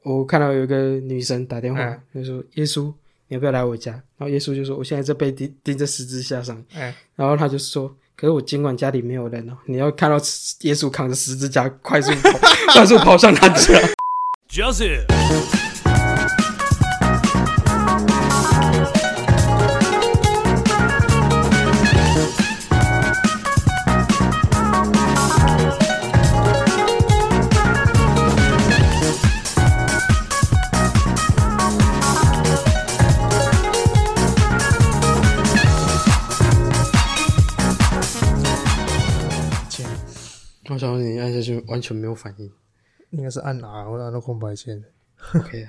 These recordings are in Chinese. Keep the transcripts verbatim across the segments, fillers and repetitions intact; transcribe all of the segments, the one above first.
我看到有一个女生打电话、 嗯、 就说耶稣你要不要来我家，然后耶稣就说我现在在被钉钉在十字架上、 嗯、 然后他就说可是我尽管家里没有人哦，你要看到耶稣扛着十字架快速跑快速跑向他家。Joseph我想说你按下去完全没有反应， 应该是按 R 或按到空白键。 OK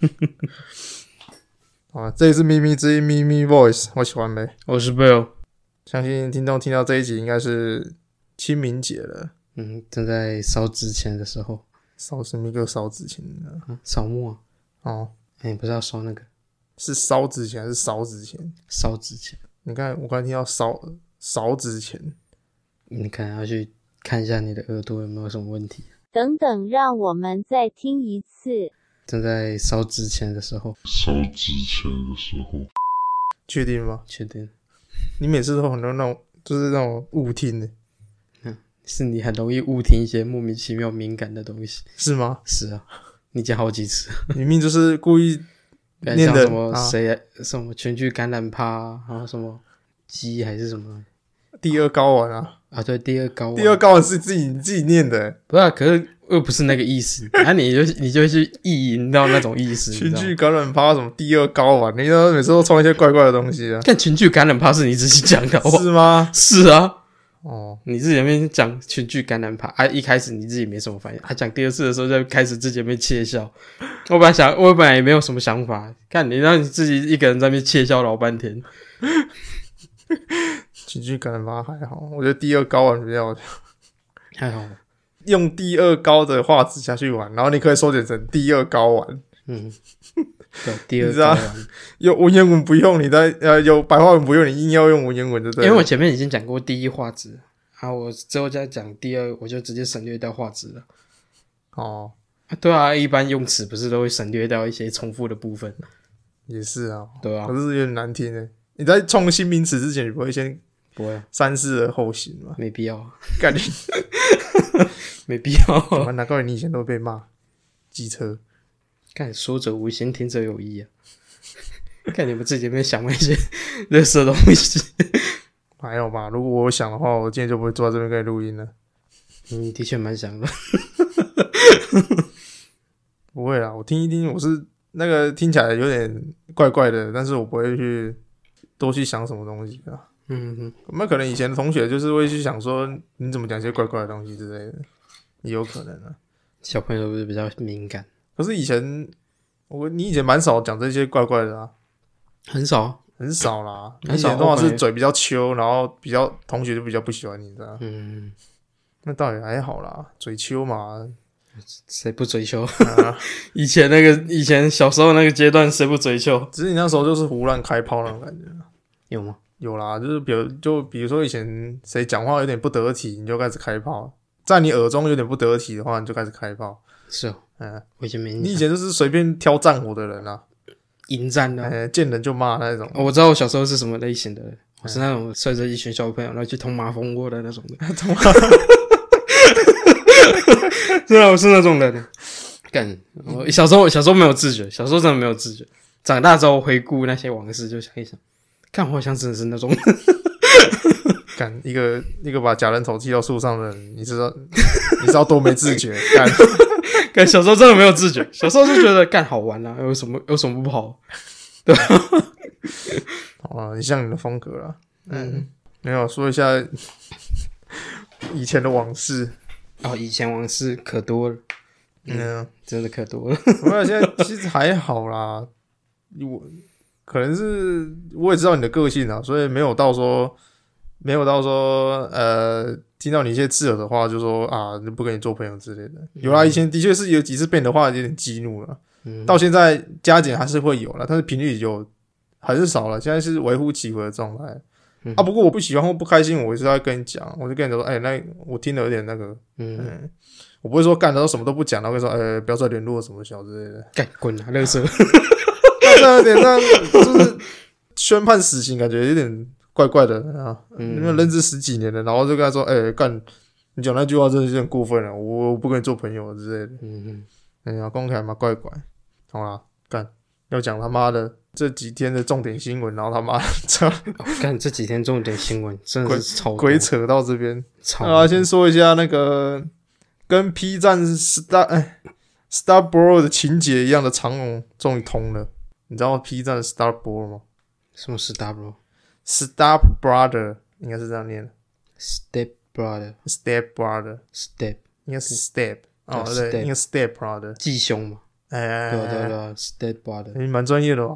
好，这里是咪咪之音咪咪 Voice， 我喜欢没？ 我是 Bill， 相信听众听到这一集应该是清明节了。 嗯，正在烧纸钱的时候。 烧什么个烧纸钱呢？ 啊、烧墨哦， 哎、欸，不是要烧那个？ 是烧纸钱还是烧纸钱？ 烧纸钱。 你看，我刚才听到烧烧纸钱， 你可能要去看一下你的耳朵有没有什么问题。 等等，让我们再听一次。 正在烧纸钱的时候。 烧纸钱的时候。 确定吗？ 确定。 你每次都很多那种，就是那种误听的。 嗯，是你很容易误听一些莫名其妙敏感的东西。 是吗？ 是啊，你讲好几次。 明明就是故意念的。 什么谁、啊、什么群聚感染趴，然后什么鸡还是什么。 第二睾丸啊。 啊，对，第二睾丸。 第二睾丸是自己你自己念的。 不是、啊，可是又不是那个意思。啊你就你就去意淫到那种意思。 群聚感染趴什么第二睾丸，你都每次都创一些怪怪的东西啊。 看群聚感染趴是你自己讲的。 是吗？ 是啊。 哦， 你自己那边讲群聚感染趴啊，一开始你自己没什么反应，他、啊、讲第二次的时候就开始自己在那边窃笑。我本来想，我本来也没有什么想法，看你让你自己一个人在那边窃笑老半天。 群聚感染趴还好，我觉得第二睾丸比较还好。 用第二睾的画质下去玩，然后你可以缩减成第二睾丸。 嗯，对，第二睾丸。 有文言文不用，你在呃有白话文不用，你硬要用文言文就对了。 因为我前面已经讲过第一画质，啊，我之后再讲第二，我就直接省略掉画质了。 哦， 啊对啊，一般用词不是都会省略掉一些重复的部分？ 也是啊， 对啊， 可是有点难听诶。你在创新名词之前，你不会先不会、啊、 三思而后行吗？ 没必要， 干你没必要。 难怪你以前都被骂机车。 干说者无心，听者有意啊！看你们自己有没有想过一些垃圾东西？ 还有吧，如果我想的话，我今天就不会坐在这边跟你录音了。 嗯，的确蛮想的。 不会啦，我听一听，我是那个听起来有点怪怪的，但是我不会去多去想什么东西啊。 嗯哼， 那可能以前的同学就是会去想说，你怎么讲一些怪怪的东西之类的，也有可能啊。 小朋友是不是比较敏感？ 可是以前我你以前蛮少讲这些怪怪的啊。 很少， 很少啦。 很少， 以前通常是嘴比较秋，然后比较同学就比较不喜欢你，知道？ 嗯， 那倒也还好啦，嘴秋嘛， 谁不嘴秋？啊、以前那个以前小时候那个阶段，谁不嘴秋？ 只是你那时候就是胡乱开炮那种感觉。 有吗？ 有啦，就是比如就比如说以前谁讲话有点不得体，你就开始开炮；在你耳中有点不得体的话，你就开始开炮。 是哦， 嗯， 我以前没。 你以前就是随便挑战火的人啊， 迎战的、啊， 哎，见人就骂那种、 哦。我知道我小时候是什么类型的人，我是那种率着一群小朋友然后去捅马蜂窝的那种的。 捅马， 真的，我是那种人。干，我小时候小时候没有自觉，小时候真的没有自觉。长大之后回顾那些往事，就想一想，看我好像真的是那种。 干一个一个把假人头系到树上的人，你知道你知道多没自觉？干。 干小时候真的没有自觉，小时候就觉得干好玩啊，有什么有什么不好？对吧？ 哦，你像你的风格啦。嗯，没有说一下以前的往事。 哦，以前往事可多了。 嗯，嗯真的可多了。 不过现在其实还好啦，我可能是我也知道你的个性啊，所以没有到说没有到说呃。听到你一些刺耳的话，就说啊，不跟你做朋友之类的。有啦，以前的确是有几次被你的话有点激怒了，嗯、到现在加减还是会有啦，但是频率就很少了。现在是微乎其微的状态、嗯、啊。不过我不喜欢或不开心，我是要跟你讲，我就跟你说，哎、欸，那我听了有点那个，嗯，嗯我不会说干，然后什么都不讲，然后会说呃不要再联络什么小之类的。 干滚啊，垃圾！ 这样有点那就是宣判死刑，感觉有点怪怪的啊。 嗯， 因为认识十几年了，然后就跟他说，哎、欸、干，你讲那句话真的是很过分了，我我不跟你做朋友之类的。 嗯嗯， 哎呀，公开嘛怪怪。好啦，干要讲他妈的这几天的重点新闻，然后他妈的哦干、这几天重点新闻真的是超多鬼扯到这边。 超啊，先说一下那个跟 P 站 Star 哎 Star Bro 的情节一样的长龙终于通了。你知道 P 站的 Star Bro 吗？ 什么 Star Bro？Step Brother 应该是这样念的。 Step Brother Step Brother Step 应该是 Step 哦， 对对，应该 Step Brother 继兄嘛， 哎， 对对对 Step Brother 你蛮专业的哦。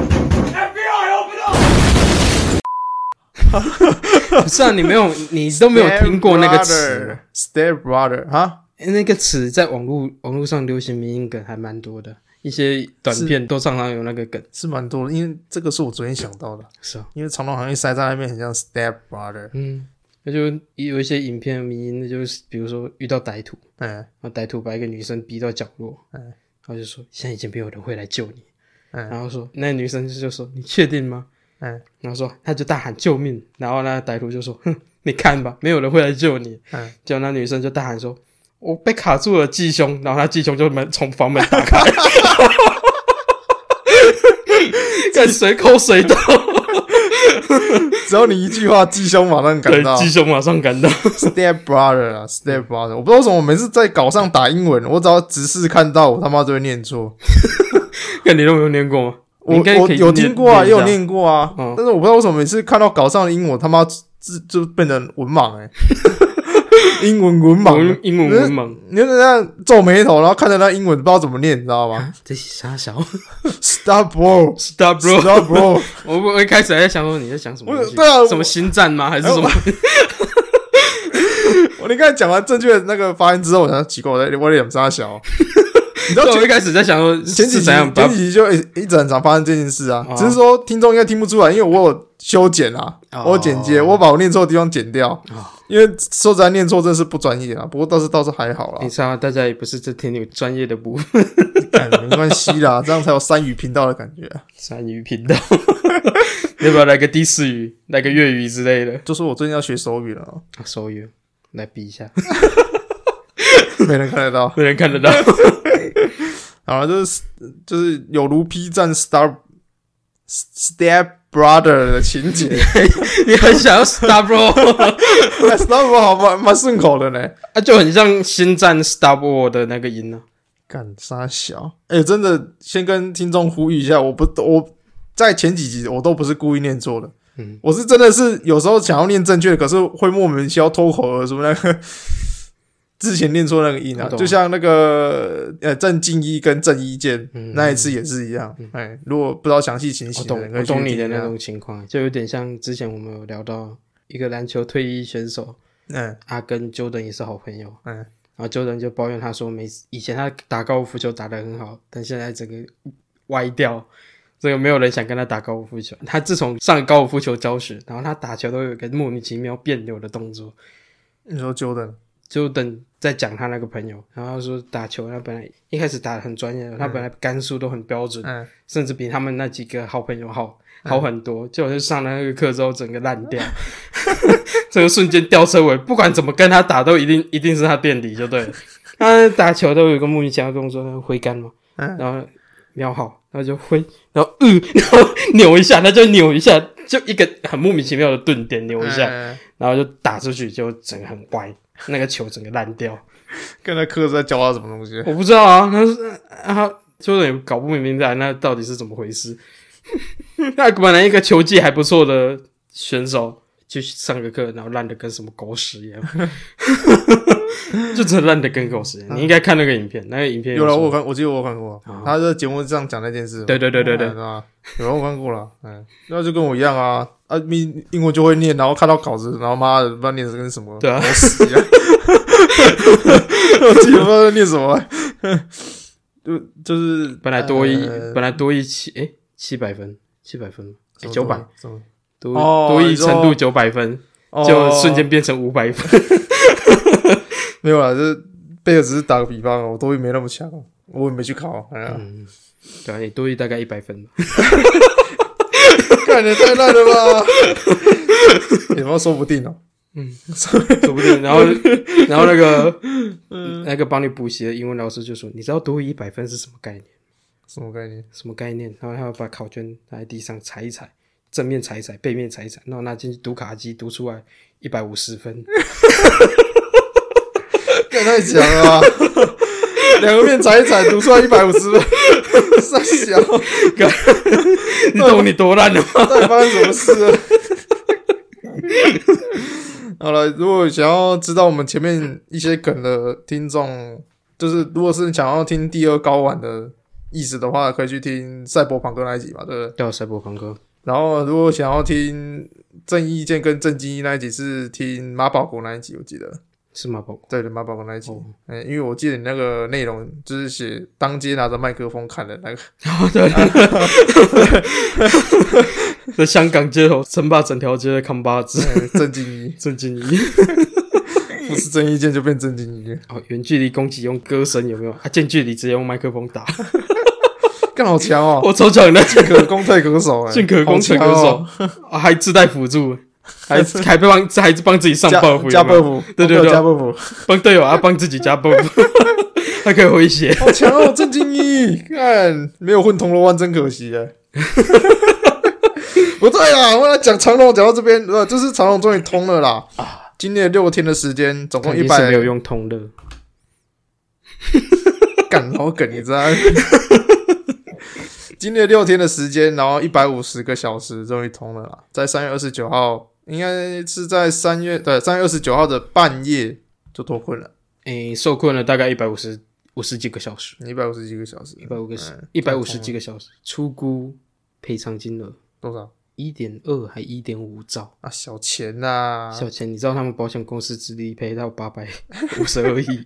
不是啊，你没有，你都没有听过那个词。 Step Brother 哈， 那个词在网络网络上流行迷因梗还蛮多的，一些短片都常常有那个梗， 是蛮多的，因为这个是我昨天想到的。 是啊， 因为长隆行业塞在那边很像 Step Brother。 嗯，那就有一些影片迷因，那就是比如说遇到歹徒， 哎， 然后歹徒把一个女生逼到角落， 哎， 然后就说现在已经没有人会来救你， 哎， 然后说那女生就说你确定吗？ 哎， 然后说他就大喊救命，然后那歹徒就说哼，你看吧，没有人会来救你。 哎， 结果那女生就大喊说我被卡住了继兄，然后他继兄就门从房门打开，干随口随到， 只要你一句话，继兄马上赶到。 对，继兄马上赶到。 Step Brother 啊 ，Step Brother，我不知道为什么我每次在稿上打英文，我只要直视看到，我他妈都会念错。 看你都没有念过吗？ 我我有听过啊，也有念过啊， 嗯、 但是我不知道为什么每次看到稿上的英文，他妈就就变成文盲哎、欸，英文文盲， 文英文文盲， 你就这样皱眉头，然后看着那英文不知道怎么念，你知道吗？ 这是啥小 ？Star Bro，Star Bro，Star Bro， 我我一开始还在想说你在讲什么东西？ 对啊， 什么星战吗？还是什么？ 我你刚才讲完正确的那个发音之后，我想奇怪，我在我在讲啥小？你知道我一开始在想说前几集前几集就一直很常发生这件事啊， 哦、 只是说听众应该听不出来，因为我有修剪啊，哦、我有剪接，我把我念错的地方剪掉，哦、因为说实在念错真是不专业啊。不过倒是倒是还好啦。 你知道大家也不是在听你专业的部分， 没关系啦，这样才有三语频道的感觉、啊。 三语频道，要不要来个第四语，来个粤语之类的？ 就说我最近要学手语了、喔， 啊，手语来比一下。 没人看得到， 没人看得到。 好了，就是就是有如 P 站 Star Step Brother 的情节， 你很想要 Star Bro，Star Bro 好蛮蛮顺口的呢， 啊，就很像星战 Star Bro 的那个音呢、啊。 干啥小？哎、欸，真的，先跟听众呼吁一下，我不我在前几集我都不是故意念错的，嗯，我是真的是有时候想要念正确的，可是会莫名其妙脱口而出那个。之前念错那个音啊，就像那个呃郑敬一跟郑伊健、嗯、那一次也是一样。哎、嗯，如果不知道详细情形的人可以去听， 我懂你的那种情况，就有点像之前我们有聊到一个篮球退役选手，嗯，他跟 Jordan 也是好朋友，嗯，然后 Jordan 就抱怨他说，每以前他打高尔夫球打得很好，但现在整个歪掉，这个没有人想跟他打高尔夫球。他自从上高尔夫球教学，然后他打球都有一个莫名其妙别扭的动作。 你说 Jordan？ 就等在讲他那个朋友，然后他说打球，他本来一开始打得很专业，他本来杆数都很标准，嗯、甚至比他们那几个好朋友好好很多。结果就上了那个课之后，整个烂掉，这个瞬间掉车尾，不管怎么跟他打，都一定一定是他垫底就对了。他打球都有一个莫名其妙跟我说挥杆嘛，嗯、然后瞄好，然后就挥，然后嗯，然后扭一下，他就扭一下，就一个很莫名其妙的顿点扭一下，嗯、然后就打出去，就整个很歪。那个球整个烂掉， 跟他课在教他什么东西？ 我不知道啊，他是啊，就也搞不明白那到底是怎么回事。那本来一个球技还不错的选手，去上个课，然后烂的跟什么狗屎一样，就真的烂的跟狗屎一样。你应该看那个影片，那个影片有, 有了，我有看，我记得我有看过，哦、他在节目上讲那件事。 对对对对对， 啊，有我看过了，嗯，那就跟我一样啊。啊，英英文就会念，然后看到稿子，然后妈的不知道念的跟什么， 对啊， 狗屎一样。我自己不知道在念什么，就就是本来多一、呃、本来多一七诶七百分，七百分，诶九百，多哦多一程度九百分， 哦、 就瞬间变成五百分。 没有啦，就是贝尔只是打个比方，我多益没那么强，我也没去考。哎呀， 嗯，对啊，你多益大概一百分吧。 看你太烂了吧？有没有说不定哦？ 嗯，说不定。然后，然后那个、嗯、那个帮你补习的英文老师就说：“你知道多益一百分是什么概念？ 什么概念？ 什么概念？”然后他会把考卷拿在地上踩一踩，正面踩一踩，背面踩一踩，然后拿进去读卡机，读出来一百五十分。 干太强了吧！两个面踩一踩，读出来一百五十分，傻小。 你懂你多烂了吗？ 到底发生什么事了？好了，如果想要知道我们前面一些梗的听众，就是如果是想要听第二睾丸的意思的话，可以去听赛博朋克那一集嘛，对不对？ 叫赛博朋克。 然后如果想要听正义意见跟正经一那一集，是听马保国那一集，我记得是马保国。 对的，马保国那一集。 哦嗯，因为我记得你那个内容就是写当街拿着麦克风看的那个。 哦，对。在香港街头称霸整条街的扛把子。 正经一， 正经一。 不是正义意见就变正经一。 哦，远距离攻击用歌声有没有？啊，近距离直接用麦克风打。 干好强哦！ 我超强的， 进可攻退可守，哎， 进可攻退可守，啊，还自带辅助，还还帮还帮自己上 buff， 加 buff， 对对对， 加 buff， 帮队友啊，帮自己加 buff， 还可以回血， 好强哦！郑经一，看没有混铜锣湾真可惜哎。不对啦，我来讲长龙，讲到这边，呃，就是长龙终于通了啦。经历了六天的时间，总共一百， 没有用通的， 干好梗，你知道？经历了六天的时间，然后一百五十个小时，终于通了啦。在三月二十九号，应该是在三月对三月二十九号的半夜就脱困了。 诶，受困了大概一百五十五十几个小时， 一百五十几个小时， 一百五个一百五十几个小时，初估赔偿金额多少？ 一点二还一点五兆啊，小钱呐、啊！ 小钱，你知道他们保险公司只理赔到八百五十二亿。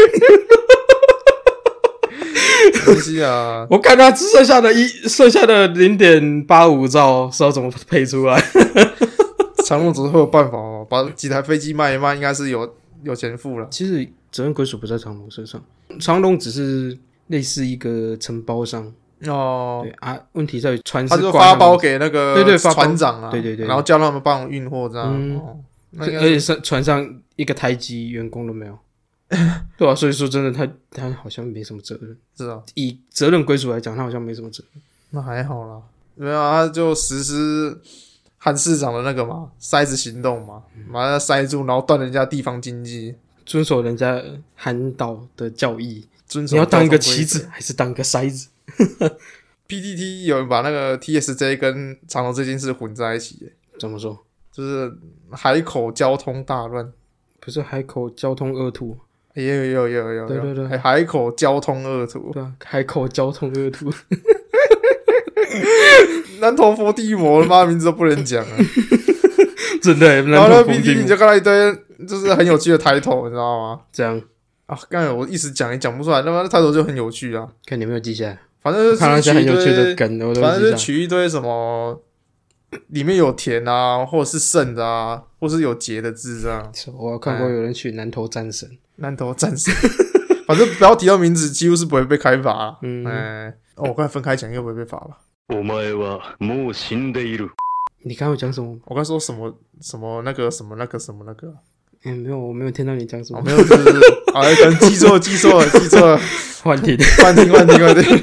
没关系啊， 我看他只剩下的一剩下的零点八五兆是要怎么配出来？ 长荣总是会有办法哦，把几台飞机卖一卖，应该是有有钱付了。 其实责任归属不在长荣身上，长荣只是类似一个承包商哦。 对啊，问题在于船他就发包给那个对对船长啊， 对对对， 然后叫他们帮我运货这样。 嗯哦、 而且是船上一个台籍员工都没有。对啊，所以说真的他，他他好像没什么责任。 是啊， 以责任归属来讲，他好像没什么责任。 那还好啦，没有啊，他就实施韩市长的那个嘛塞子行动嘛，把它塞住，然后断人家地方经济， 遵守人家韩导的教义。 遵守你要当一个棋子，还是当一个筛子 ？P T T 有人把那个 T S J 跟长荣这件事混在一起耶， 怎么说？ 就是海口交通大乱， 不是海口交通恶徒。 也有有有有， 对对对， 欸、海口交通恶徒， 对啊，海口交通恶徒， 南投伏地魔，妈名字都不能讲啊， 真的。 然后那 P T T 你就看到一堆就是很有趣的抬头，你知道吗？ 这样啊，刚才我一时讲也讲不出来，那么抬头就很有趣啊。 看你有没有记下来， 反正就是看那些很有趣的梗，我都反正就是取一堆什么里面有田啊，或者是肾的啊，或是有节的字这样。 我有看过有人取南投战神。 南投战神，反正不要提到名字，几乎是不会被开罚啦。嗯，哎、欸，哦，我刚才分开讲，应该不会被罚吧？ お前はもう死んでいる。 你刚刚有讲什么？ 我刚说什么什么那个什么那个什么那个？ 哎、欸，没有，我没有听到你讲什么。 哦、没有，是不是？啊，可能记错，记错了，记错了， 幻听， 幻听，幻听，幻听。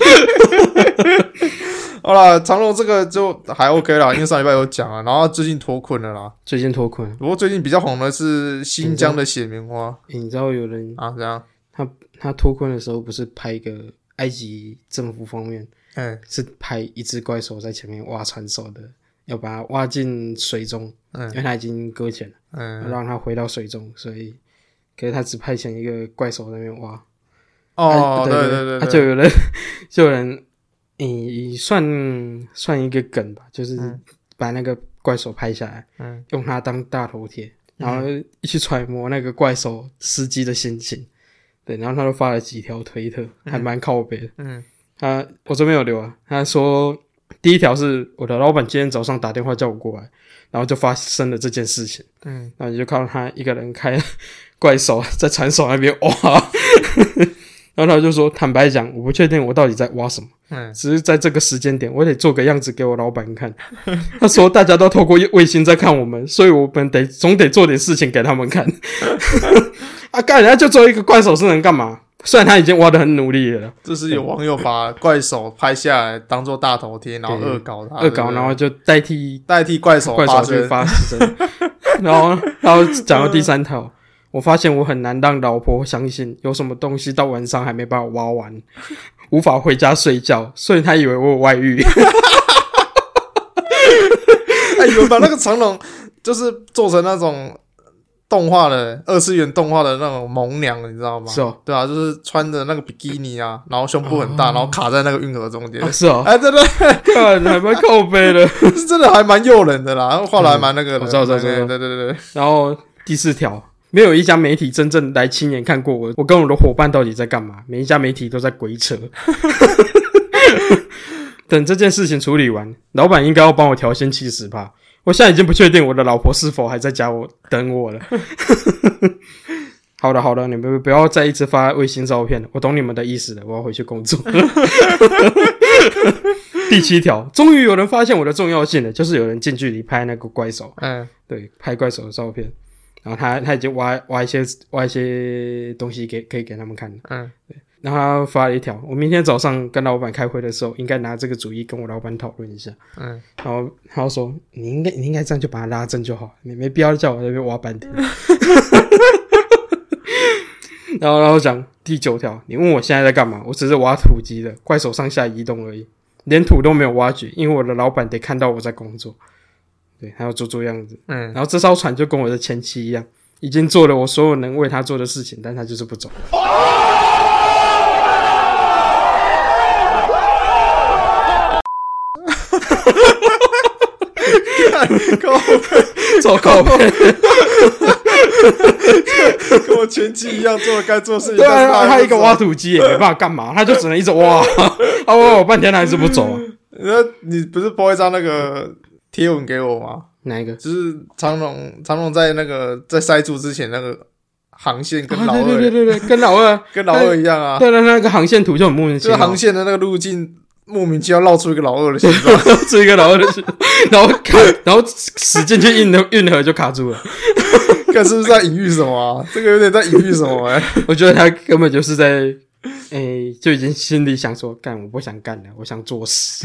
好啦，长荣这个就还 OK 啦，因为上礼拜有讲啊，然后最近脱困了啦， 最近脱困。 不过最近比较红的是新疆的血棉花。 欸、你知道有人啊？怎样？ 他他脱困的时候不是拍一个埃及政府方面， 嗯， 是拍一只怪手在前面挖船手的，要把它挖进水中，嗯，因为他已经搁浅了，嗯，让他回到水中，所以，可是他只派遣一个怪手在那边挖。 哦， 啊、对对对对， 他、啊、就有人就有人。你算算一个梗吧，就是把那个怪手拍下来，嗯，用它当大头贴，然后一起揣摩那个怪手司机的心情，对，然后他都发了几条推特，还蛮靠北的，嗯，他我这边有留啊，他说第一条是我的老板今天早上打电话叫我过来，然后就发生了这件事情，嗯，然后你就看到他一个人开怪手在船手那边哇， 然后他就说坦白讲我不确定我到底在挖什么， 嗯， 只是在这个时间点我得做个样子给我老板看。他说大家都透过卫星在看我们，所以我们得总得做点事情给他们看。啊干，人家就做一个怪手是能干嘛？虽然他已经挖得很努力了， 这是有网友把怪手拍下来当做大头贴，然后恶搞他， 恶搞，然后就代替代替怪手怪手去发声。然后，然后讲到第三条，我发现我很难让老婆相信有什么东西到晚上还没把我挖完，无法回家睡觉，所以她以为我有外遇。 哎，有人把那个长龙就是做成那种动画的二次元动画的那种萌娘，你知道吗？ 是哦， 对啊，就是穿着那个比基尼啊，然后胸部很大，哦、然后卡在那个运河中间、 哦。是哦， 哎，对对， 看还蛮靠背的， 是真的还蛮诱人的啦，画的还蛮那个的。 我知道，知道，知道。 对对对对。 然后第四条，没有一家媒体真正来亲眼看过我，我跟我的伙伴到底在干嘛？每一家媒体都在鬼扯。等这件事情处理完，老板应该要帮我调薪 百分之七十 吧。我现在已经不确定我的老婆是否还在家我等我了。好的好的，你们不要再一直发卫星照片了，我懂你们的意思了，我要回去工作。第七条，终于有人发现我的重要性了，就是有人近距离拍那个怪手，嗯，对，拍怪手的照片，然后他他已经挖挖一些挖一些东西给可以给他们看了，嗯，对。然后他发了一条，我明天早上跟老板开会的时候，应该拿这个主意跟我老板讨论一下。嗯，然后他说你应该你应该这样就把他拉正就好，你没必要叫我在那边挖半天。然后然后讲第九条，你问我现在在干嘛？我只是挖土机的，怪手上下移动而已，连土都没有挖掘，因为我的老板得看到我在工作，对，还要做做样子。嗯，然后这艘船就跟我的前妻一样，已经做了我所有能为他做的事情，但他就是不走。 靠背， 走靠背， 跟我前妻一样做了该做的事情。 对啊，他一个挖土机也没办法干嘛，他就只能一直挖，啊挖我半天他还是不走啊。 那你不是播一张那个贴文给我吗？ 哪一个？ 就是长龙，长龙在那个在塞住之前那个航线跟老二， 啊、对对对对，跟老二跟老二一样啊。 对对，那个航线图就很莫名其妙， 就是航线的那个路径。莫名其妙绕出一个老二的形状， 绕出一个老二的形状，然后卡，然后使劲去运河，运河就卡住了。 看是不是在隐喻什么啊？这个有点在隐喻什么哎、欸？ 我觉得他根本就是在，诶、欸，就已经心里想说，干，我不想干了，我想做事。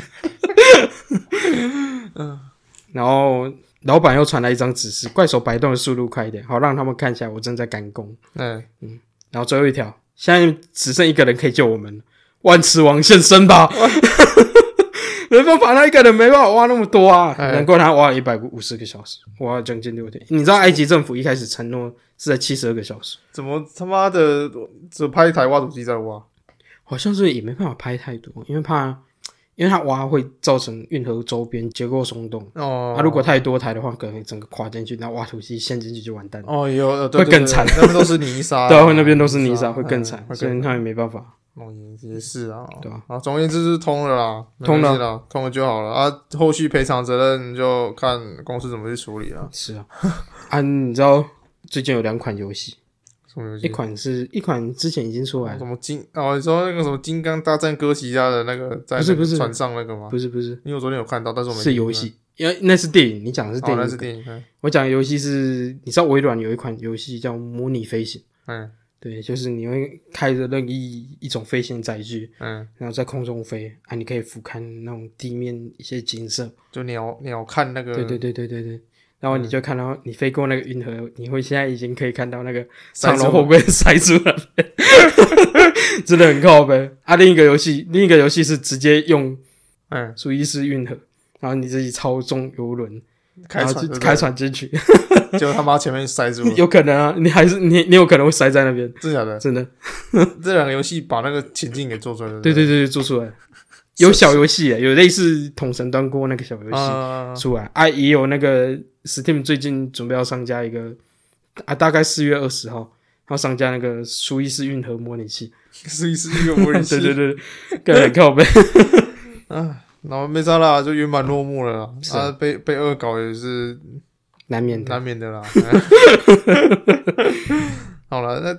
嗯，然后老板又传来一张指示，怪手摆动的速度快一点，好让他们看起来我正在赶工。嗯嗯，然后最后一条，现在只剩一个人可以救我们了。万磁王现身吧！没办法，他一个人没办法挖那么多啊，难怪他挖了一百五十个小时，挖了将近六天。你知道埃及政府一开始承诺是在七十二个小时， 怎么他妈的只拍一台挖土机在挖？ 好像是也没办法拍太多，因为怕，因为他挖会造成运河周边结构松动哦。啊，如果太多台的话，可能整个垮进去，然后挖土机陷进去就完蛋了。 哦，有对对对会更惨， 那边都是泥沙， 对，那边都是泥沙，会更惨，所以他也没办法。 哦，也是啊， 对啊， 啊，总而言之就是通了啦， 通了啦，通了就好了啊。后续赔偿责任就看公司怎么去处理了。 是啊，啊，你知道最近有两款游戏， 什么游戏？ 一款是一款之前已经出来了， 什么金哦，你说那个什么金刚大战哥吉拉的那个在那个船上那个吗？ 不是不是， 因为我昨天有看到，但是我没是游戏，因为那是电影，你讲的是电影， 哦，那是电影。 我讲的游戏是，你知道微软有一款游戏叫模拟飞行，嗯。对，就是你会开着任意一种飞行载具，嗯，然后在空中飞啊，你可以俯瞰那种地面一些景色， 就鸟鸟看那个， 对对对对对对，然后你就看到你飞过那个运河，你会现在已经可以看到那个长龙会不会塞住了，真的很靠北啊！另一个游戏，另一个游戏是直接用嗯苏伊士运河，然后你自己操纵游轮。 开船开船进去， 结果他妈前面塞住了， 有可能啊，你还是你你有可能会塞在那边， 真的假的？ 真的， 这两个游戏把那个情境给做出来了， 对对对对，做出来，有小游戏，有类似统神端锅那个小游戏出来啊，也有那个 Steam 最近准备要上架一个啊，大概四月二十号要上架那个苏伊士运河模拟器， 苏伊士运河模拟器， 对对对，更很靠背啊。然后没啥啦，就圆满落幕了啦。 是啊， 啊被被恶搞也是难免的， 难免的啦。好了，那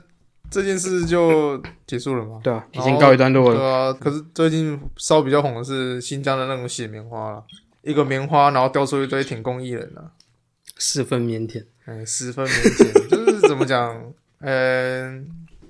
这件事就结束了嘛？ 对啊，已经告一段落了。 对啊，可是最近稍比较红的是新疆的那种血棉花啦，一个棉花然后掉出一堆舔共艺人啊， 十分腼腆， 哎，十分腼腆，就是怎么讲？呃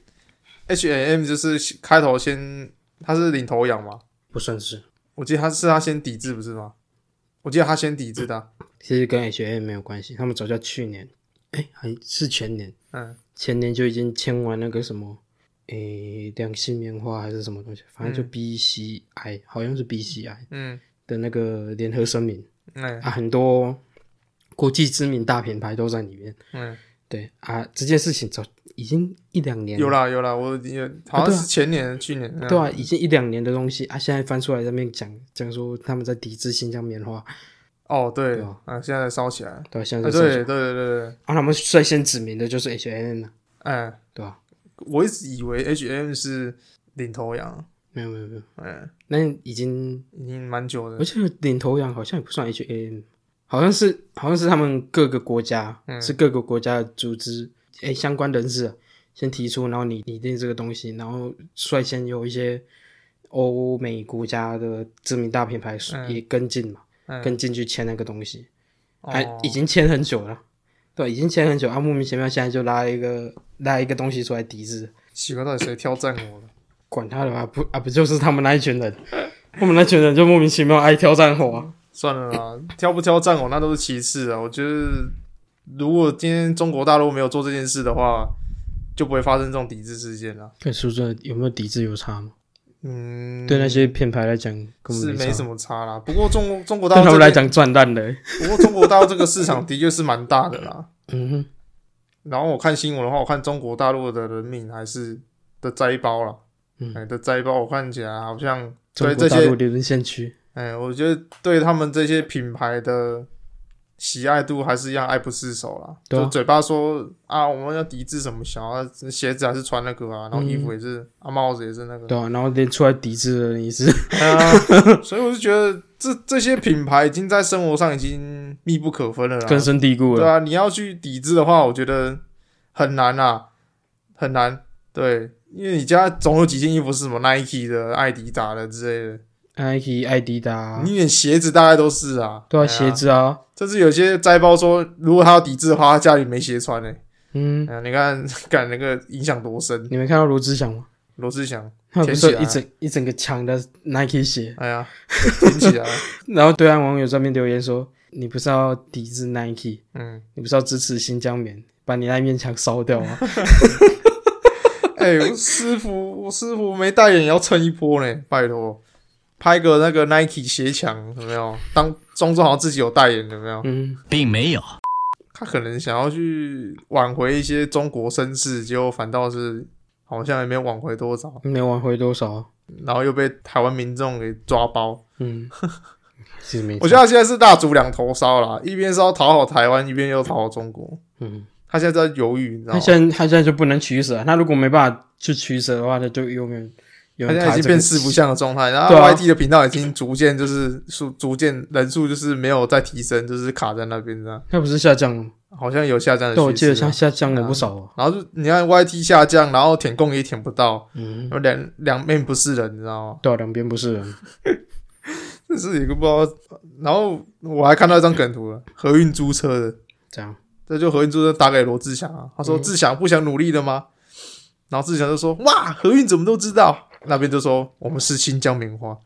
，H and M 就是开头先他是领头羊嘛， 不算是， 我记得他是他先抵制不是吗？我记得他先抵制的、啊， 其实跟 H and M 没有关系，他们早在去年，哎，还是前年， 嗯。 前年就已经签完那个什么，诶，良心棉花还是什么东西，反正就 B C I，、嗯、好像是 B C I 嗯的那个联合声明， 嗯啊，很多国际知名大品牌都在里面， 嗯， 对啊，这件事情早已经一两年了， 有啦有啦，我有好像是前年、啊啊、去年， 对啊，已经一两年的东西啊，现在翻出来在那边讲讲说他们在抵制新疆棉花。 哦，对， 对啊， 啊，现在烧起来， 对、啊，现在在烧起来、 啊、对对对对对， 啊，他们率先指明的就是 H and M 啊， 哎， 对吧、啊？ 我一直以为 H and M 是领头羊， 没有没有没有， 哎， 那已经已经蛮久的， 我记得领头羊好像也不算 H and M， 好像是好像是他们各个国家、嗯、是各个国家的组织，哎，相关人士、啊、先提出，然后你拟定这个东西，然后率先有一些欧美国家的知名大品牌也跟进嘛。嗯、跟进去签那个东西，还、哦、已经签很久了，对，已经签很久啊，莫名其妙现在就拉一个拉一个东西出来抵制， 奇怪，到底谁挑战我了？ 管他的吧，不啊，不就是他们那一群人，我们那群人就莫名其妙爱挑战我、啊， 算了啦，挑不挑战我那都是其次啊，我觉得如果今天中国大陆没有做这件事的话，就不会发生这种抵制事件了。 可是说有没有抵制有差吗？ 嗯， 对那些品牌来讲是没什么差啦。不过中中国大陆、 这个、对他们来讲赚烂的。 不过中国大陆这个市场的确是蛮大的啦。 嗯哼。 然后我看新闻的话，我看中国大陆的人民还是的摘包啦，嗯，欸、的摘包我看起来好像对这些中国大陆流沦县区， 哎、欸，我觉得对他们这些品牌的喜爱度还是一样爱不释手啦。 对啊、 就嘴巴说啊，我们要抵制什么小啊，鞋子还是穿那个啊，然后衣服也是，嗯、啊，帽子也是那个。 对啊，然后连出来抵制的人也是。 啊，所以我就觉得这这些品牌已经在生活上已经密不可分了啦， 根深蒂固了。 对啊，你要去抵制的话，我觉得很难啊，很难。对，因为你家总有几件衣服是什么 Nike 的、艾迪达的之类的。 Nike、艾迪达， 你连鞋子大概都是啊。 对啊，鞋子啊。 甚至有些摘包说，如果他要抵制的话，他家里没鞋穿诶、欸。 嗯、 啊，你看，看那个影响多深。 你没看到罗志祥吗？ 罗志祥， 他不是一整一整个墙的 Nike 鞋。 哎呀，捡起来。 然后对岸网友上面留言说：“你不是要抵制 Nike， 嗯，你不是要支持新疆棉，把你那面墙烧掉啊？” 哎、欸，我师傅，我师傅没代言也要蹭一波呢，拜托。拍个那个 Nike 鞋墙有没有？当装作好像自己有代言有没有？ 嗯， 并没有。 他可能想要去挽回一些中国声势，结果反倒是好像也没有挽回多少， 没挽回多少， 然后又被台湾民众给抓包。嗯， 其实没。 我觉得他现在是蜡烛两头烧啦，一边是要讨好台湾，一边又讨好中国。嗯，他现在在犹豫，你知道吗？ 他现在他现在就不能取舍，他如果没办法去取舍的话，他就永远。 他现在已经变四不像的状态，然后 Y T 的频道已经逐渐就是数逐渐人数就是没有再提升，就是卡在那边这样。 它不是下降了吗？ 好像有下降的趋势。 对，我记得像下降了不少啊。 然后就你看 Y T 下降，然后舔共也舔不到，嗯，两两面不是人，你知道吗？ 对、啊，两边不是人。 这是一个不知道。然后我还看到一张梗图了，合运租车的， 这样， 这就合运租车打给罗志祥啊，他说、嗯、志祥不想努力了吗？然后志祥就说哇，合运怎么都知道？那边就说我们是新疆棉花，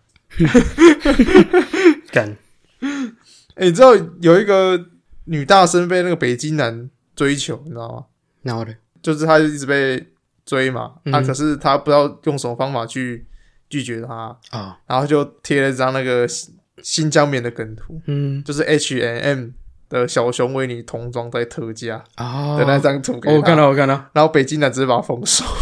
干， 哎、欸，你知道有一个女大生被那个北京男追求，你知道吗？ 然后呢， 就是她一直被追嘛，嗯、啊，可是她不知道用什么方法去拒绝他啊、哦，然后就贴了一张那个新疆棉的梗图，嗯，就是 H and M 的小熊维尼童装在特价哦的那张图给他、 哦，我看到我看到， 然后北京男直接把它封锁。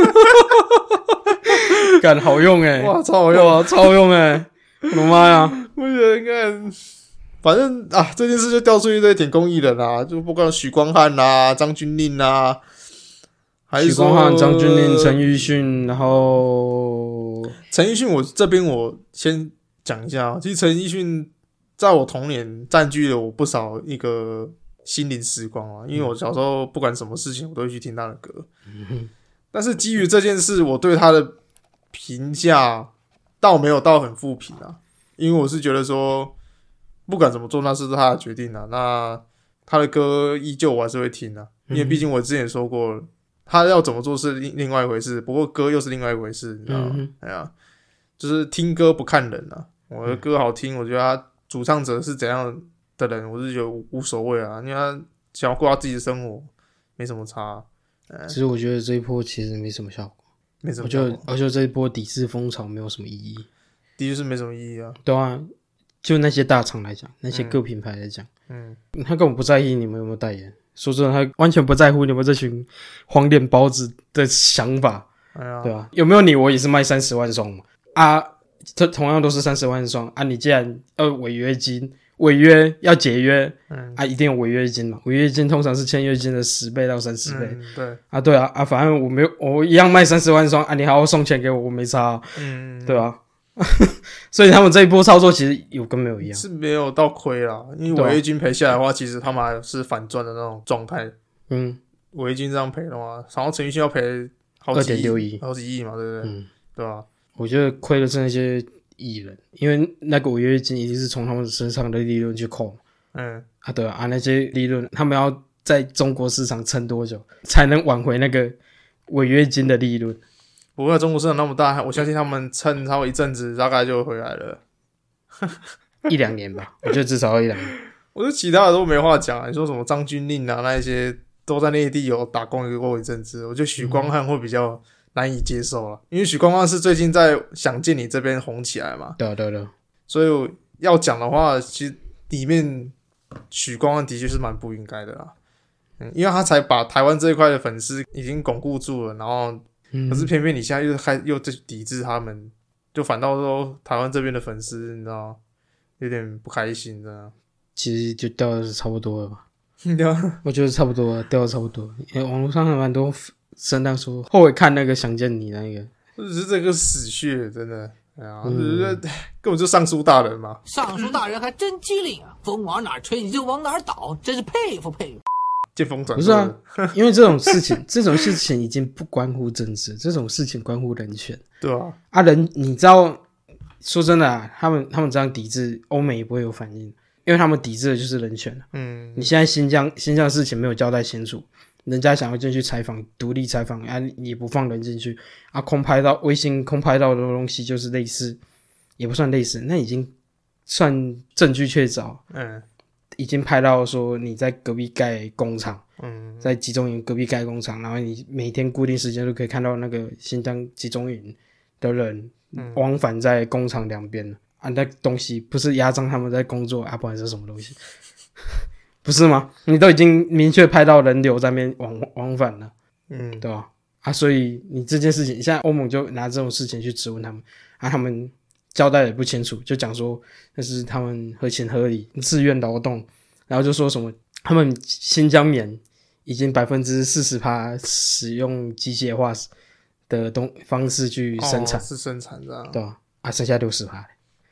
干好用诶、欸！ 哇，超好用， 哇，超好用诶、欸！我的妈呀！ 我觉得看，反正啊，这件事就调出一堆舔共艺人啊，就不管许光汉啊、张钧甯啊，还是许光汉、张钧甯、陈奕迅，然后陈奕迅，我这边我先讲一下，其实陈奕迅在我童年占据了我不少一个心灵时光啊，因为我小时候不管什么事情，我都会去听他的歌。嗯， 但是基于这件事，我对他的评价倒没有到很负评啊，因为我是觉得说，不管怎么做，那是他的决定啊。那他的歌依旧我还是会听啊，因为毕竟我之前也说过，他要怎么做是另另外一回事，不过歌又是另外一回事，你知道吗？嗯、哎呀，就是听歌不看人啊。我的歌好听，我觉得他主唱者是怎样的人，我是觉得无所谓啊，因为他想要过他自己的生活，没什么差、啊。 其实我觉得这一波其实没什么效果， 没什么效果。 我觉得，我觉得这一波抵制风潮没有什么意义， 的确是没什么意义啊。 对啊，就那些大厂来讲，那些各品牌来讲，嗯，他根本不在意你们有没有代言。说真的，他完全不在乎你们这群黄脸包子的想法，哎呀，对吧、啊？有没有你，我也是卖三十万双嘛。啊，这同样都是三十万双啊，你既然要违约金。违约要解约、嗯、啊，一定有违约金嘛？违约金通常是签约金的十倍到三十倍、 嗯。对啊，对啊啊，反正我没有，我一样卖三十万双啊，你还要送钱给我，我没差、啊，嗯，对啊。所以他们这一波操作其实有跟没有一样， 是没有到亏啦。因为违约金赔下来的话，其实他们还是反赚的那种状态。嗯，违约金这样赔的话，然后陈奕迅要赔好几亿， 二点六亿，好几亿嘛，对不对？嗯，对吧、啊？ 我觉得亏的是那些艺人，因为那个违约金一定是从他们身上的利润去扣，嗯啊对啊，啊那些利润他们要在中国市场撑多久才能挽回那个违约金的利润？ 不过中国市场那么大，我相信他们撑超一阵子大概就回来了， 一两年吧，我觉得至少要一两年。 我觉得其他的都没话讲、啊，你说什么张钧甯啊那一些都在内地有打工过一阵子，我觉得许光汉会比较难以接受了，因为许光汉是最近在想见你这边红起来嘛， 对啊对啊对啊， 所以要讲的话，其实里面许光汉的确是蛮不应该的啦，嗯，因为他才把台湾这一块的粉丝已经巩固住了，然后、嗯、可是偏偏你现在又开又抵制他们，就反倒说台湾这边的粉丝你知道有点不开心这样， 其实就掉的是差不多了吧，我觉得差不多了，掉的差不多了，因为网络上还蛮多声浪说后悔看那个想见你那个， 只是这个死穴真的，哎呀，嗯、根本就尚书大人嘛。 尚书大人还真机灵啊，风往哪吹你就往哪倒，真是佩服佩服。 见风转不是啊，因为这种事情，这种事情已经不关乎政治，这种事情关乎人权。 对啊， 啊人，你知道，说真的啊，他们他们这样抵制，欧美也不会有反应，因为他们抵制的就是人权。嗯，你现在新疆新疆的事情没有交代清楚。人家想要进去采访，独立采访啊，也不放人进去啊。空拍到微信空拍到的东西就是类似，也不算类似，那已经算证据确凿。嗯，已经拍到说你在隔壁盖工厂，嗯，在集中营隔壁盖工厂，然后你每天固定时间都可以看到那个新疆集中营的人往返在工厂两边、嗯、啊，那东西不是压榨他们在工作啊，不然是什么东西？不是吗？你都已经明确拍到人流在那边往往返了，嗯，对吧？啊，所以你这件事情，现在欧盟就拿这种事情去质问他们，啊，他们交代也不清楚，就讲说那是他们合情合理、自愿劳动，然后就说什么他们新疆棉已经百分之四十趴使用机械化的东方式去生产， 哦、是生产的、啊， 对吧？啊，剩下六十趴。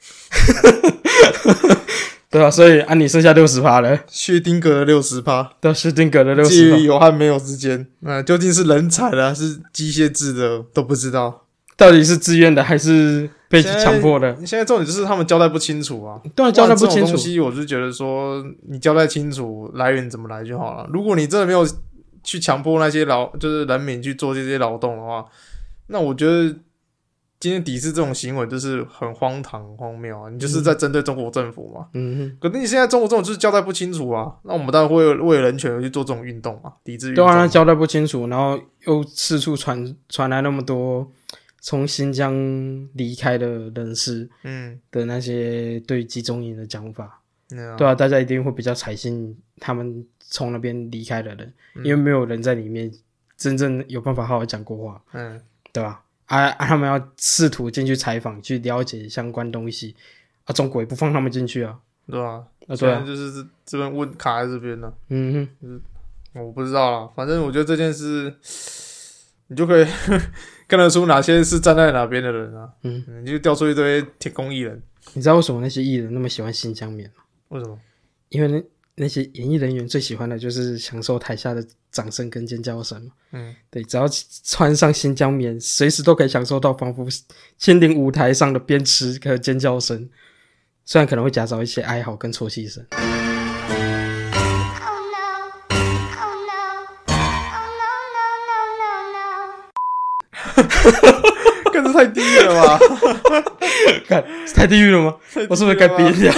对啊，所以按、啊、你剩下 百分之六十 了， 薛丁格的 百分之六十， 对，薛丁格的 百分之六十， 介于有和没有之间，那究竟是人产的还是机械制的都不知道， 到底是自愿的还是被强迫的？ 现在重点就是他们交代不清楚啊， 对啊，交代不清楚。这种东西我就觉得说，你交代清楚来源怎么来就好了。如果你真的没有去强迫那些劳，就是人民去做这些劳动的话，那我觉得。今天抵制这种行为就是很荒唐、很荒谬啊！你就是在针对中国政府嘛。嗯哼。可是你现在中国政府就是交代不清楚啊，那我们当然会为了人权而去做这种运动嘛，抵制运动。 对啊，交代不清楚，然后又四处传传来那么多从新疆离开的人士，嗯的那些对集中营的讲法。嗯、对啊，大家一定会比较采信他们从那边离开的人，嗯、因为没有人在里面真正有办法好好讲过话。嗯，对吧？啊啊！他们要试图进去采访，去了解相关东西，啊，中国也不放他们进去啊， 对吧、啊？啊，对啊，就是这边问卡在这边呢。嗯哼，就是我不知道啦，反正我觉得这件事，你就可以看得出哪些是站在哪边的人啊。嗯，你就调出一堆铁公艺人。 你知道为什么那些艺人那么喜欢新疆棉吗？ 为什么？ 因为那些演艺人员最喜欢的就是享受台下的掌声跟尖叫声嘛。 嗯， 对，只要穿上新疆棉，随时都可以享受到仿佛亲临舞台上的鞭笞和尖叫声，虽然可能会夹杂一些哀嚎跟啜泣声。 干这太地狱了吧？ 干太地狱了吗？我是不是该逼掉？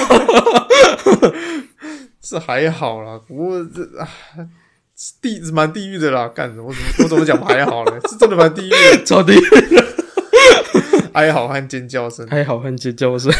是还好啦，不过这啊，地蛮地狱的啦。干，我怎么我怎么讲还好呢？是真的蛮地狱的， 超地狱的， 哀嚎和尖叫声， 哀嚎和尖叫声。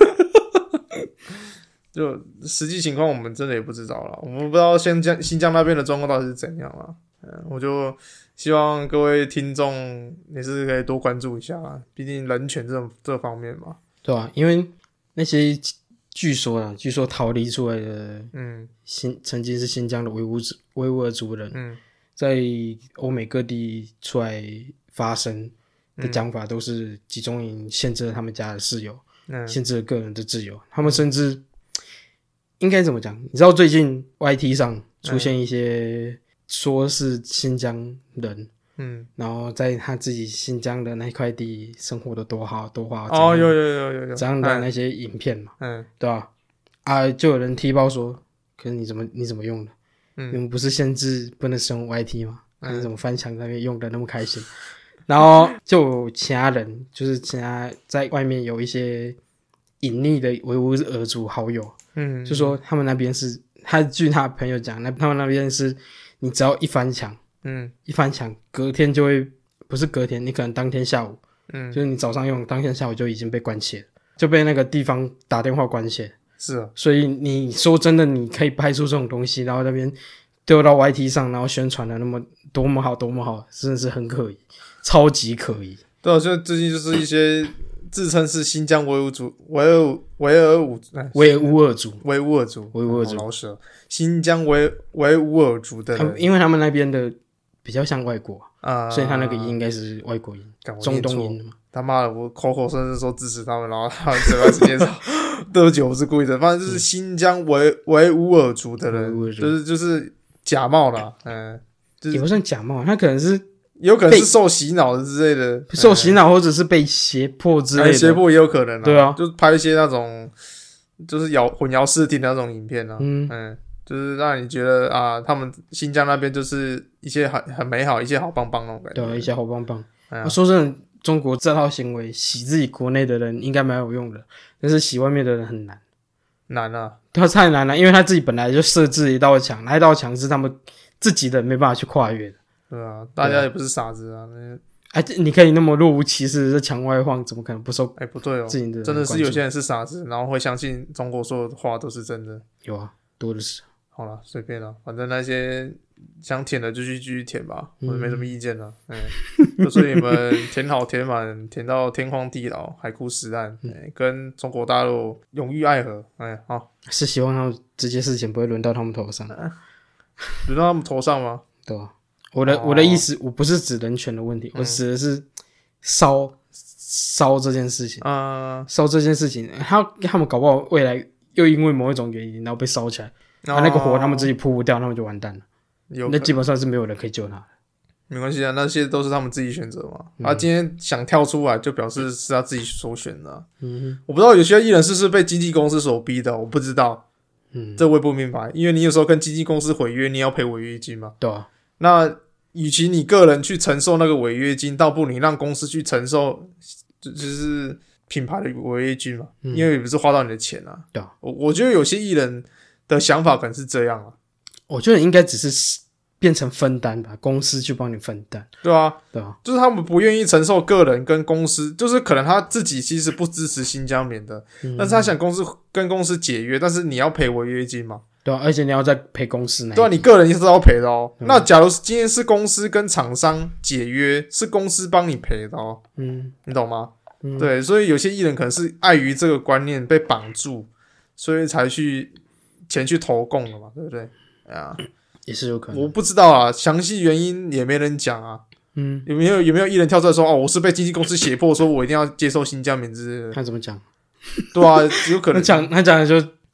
就实际情况我们真的也不知道啦，我们不知道新疆新疆那边的状况到底是怎样啦。嗯，我就希望各位听众也是可以多关注一下啦，毕竟人权这种这方面嘛。 对啊，因为那些据说啊，据说逃离出来的， 嗯， 新曾经是新疆的维吾族维吾尔族人， 嗯， 在欧美各地出来发声的讲法，都是集中营限制了他们家的自由， 嗯， 限制了个人的自由。他们甚至应该怎么讲？你知道最近 Y T 上出现一些说是新疆人。 嗯， 然后在他自己新疆的那块地生活的多好多好哦，有有有有有这样的那些影片嘛， 嗯， 对吧？啊，就有人踢爆说，可是你怎么你怎么用的？ 嗯， 你们不是限制不能使用 Y T 吗？嗯、你怎么翻墙那边用的那么开心？然后就有其他人，就是其他在外面有一些隐匿的维吾尔族好友， 嗯， 就说他们那边是，他据他朋友讲，那他们那边是你只要一翻墙。 嗯， 一翻墙，隔天就会不是隔天，你可能当天下午， 嗯， 就是你早上用，当天下午就已经被关切了，就被那个地方打电话关切。 是啊， 所以你说真的，你可以拍出这种东西，然后那边丢到 Y T 上，然后宣传的那么多么好，多么好，真的是很可疑，超级可疑。 对啊，就最近就是一些自称是新疆维吾族、维尔维尔吾、 维吾尔族、 维吾尔族、 维吾尔族， 老舍，新疆维维吾尔族的人， 因为他们那边的比较像外国啊、 呃，所以他那个音应该是外国音，中东音嘛。 他妈的，我口口声声说支持他们，然后他们嘴巴直接说对不起，我不是故意的，反正就是新疆维维吾尔族的人，就是就是假冒啦，嗯、呃，就是、 也不算假冒，他可能是。 有可能是受洗脑的之类的， 受洗脑或者是被胁迫之类的， 胁迫也有可能啊。 对啊， 就是拍一些那种就是谣混淆视听的那种影片啊， 嗯嗯，就是让你觉得啊，他们新疆那边就是一些很很美好，一些好棒棒那种感觉。 对，一些好棒棒。 嗯、 我说真的，中国这套行为洗自己国内的人应该蛮有用的，但是洗外面的人很难， 难啊， 他太难了，因为他自己本来就设置一道墙，那一道墙是他们自己人没办法去跨越的。 对啊，大家也不是傻子啊。 哎、啊，你可以那么若无其事在墙外晃，怎么可能不受？ 哎，不对哦， 自己的真的是有些人是傻子，然后会相信中国说的话都是真的。 有啊，多的是。 好啦，随便啦，反正那些想舔的就去继续舔吧，我没什么意见啦。嗯，就祝你们舔好舔满，舔到天荒地老，海枯石烂，嗯欸、跟中国大陆永浴爱河。哎、欸，好， 是希望他们这些事情不会轮到他们头上， 轮到他们头上吗？ 对吧？我的、哦、我的意思，我不是指人权的问题，嗯、我指的是烧烧这件事情。 啊、嗯， 烧这件事情，他他们搞不好未来又因为某一种原因，然后被烧起来，哦、啊，那个火他们自己扑不掉，他们就完蛋了。那基本上是没有人可以救他的。 没关系啊，那些都是他们自己选择嘛。嗯、啊，今天想跳出来，就表示是他自己所选的、啊。嗯，我不知道有些艺人是不是被经纪公司所逼的，我不知道。嗯，这我也不明白，因为你有时候跟经纪公司毁约，你要赔违约金嘛。 对啊。 那与其你个人去承受那个违约金，倒不如你让公司去承受，就就是品牌的违约金嘛，嗯、因为也不是花到你的钱啊。 对啊， 我我觉得有些艺人的想法可能是这样啊。 我觉得应该只是变成分担吧，公司去帮你分担。 对啊， 对啊， 就是他们不愿意承受个人跟公司，就是可能他自己其实不支持新疆棉的，嗯、但是他想公司跟公司解约，但是你要赔违约金嘛。 对啊，而且你要再赔公司那一， 对啊，你个人也是要赔的哦。嗯、那假如今天是公司跟厂商解约，是公司帮你赔的哦。嗯，你懂吗？嗯，对，所以有些艺人可能是碍于这个观念被绑住，所以才去钱去投共了嘛，对不对？哎呀， 也是有可能。 我不知道啊，详细原因也没人讲啊。嗯，有没有有没有艺人跳出来说哦，我是被经纪公司胁迫，说我一定要接受新疆棉之类的？ 他怎么讲？ 对啊，有可能他讲他讲的就。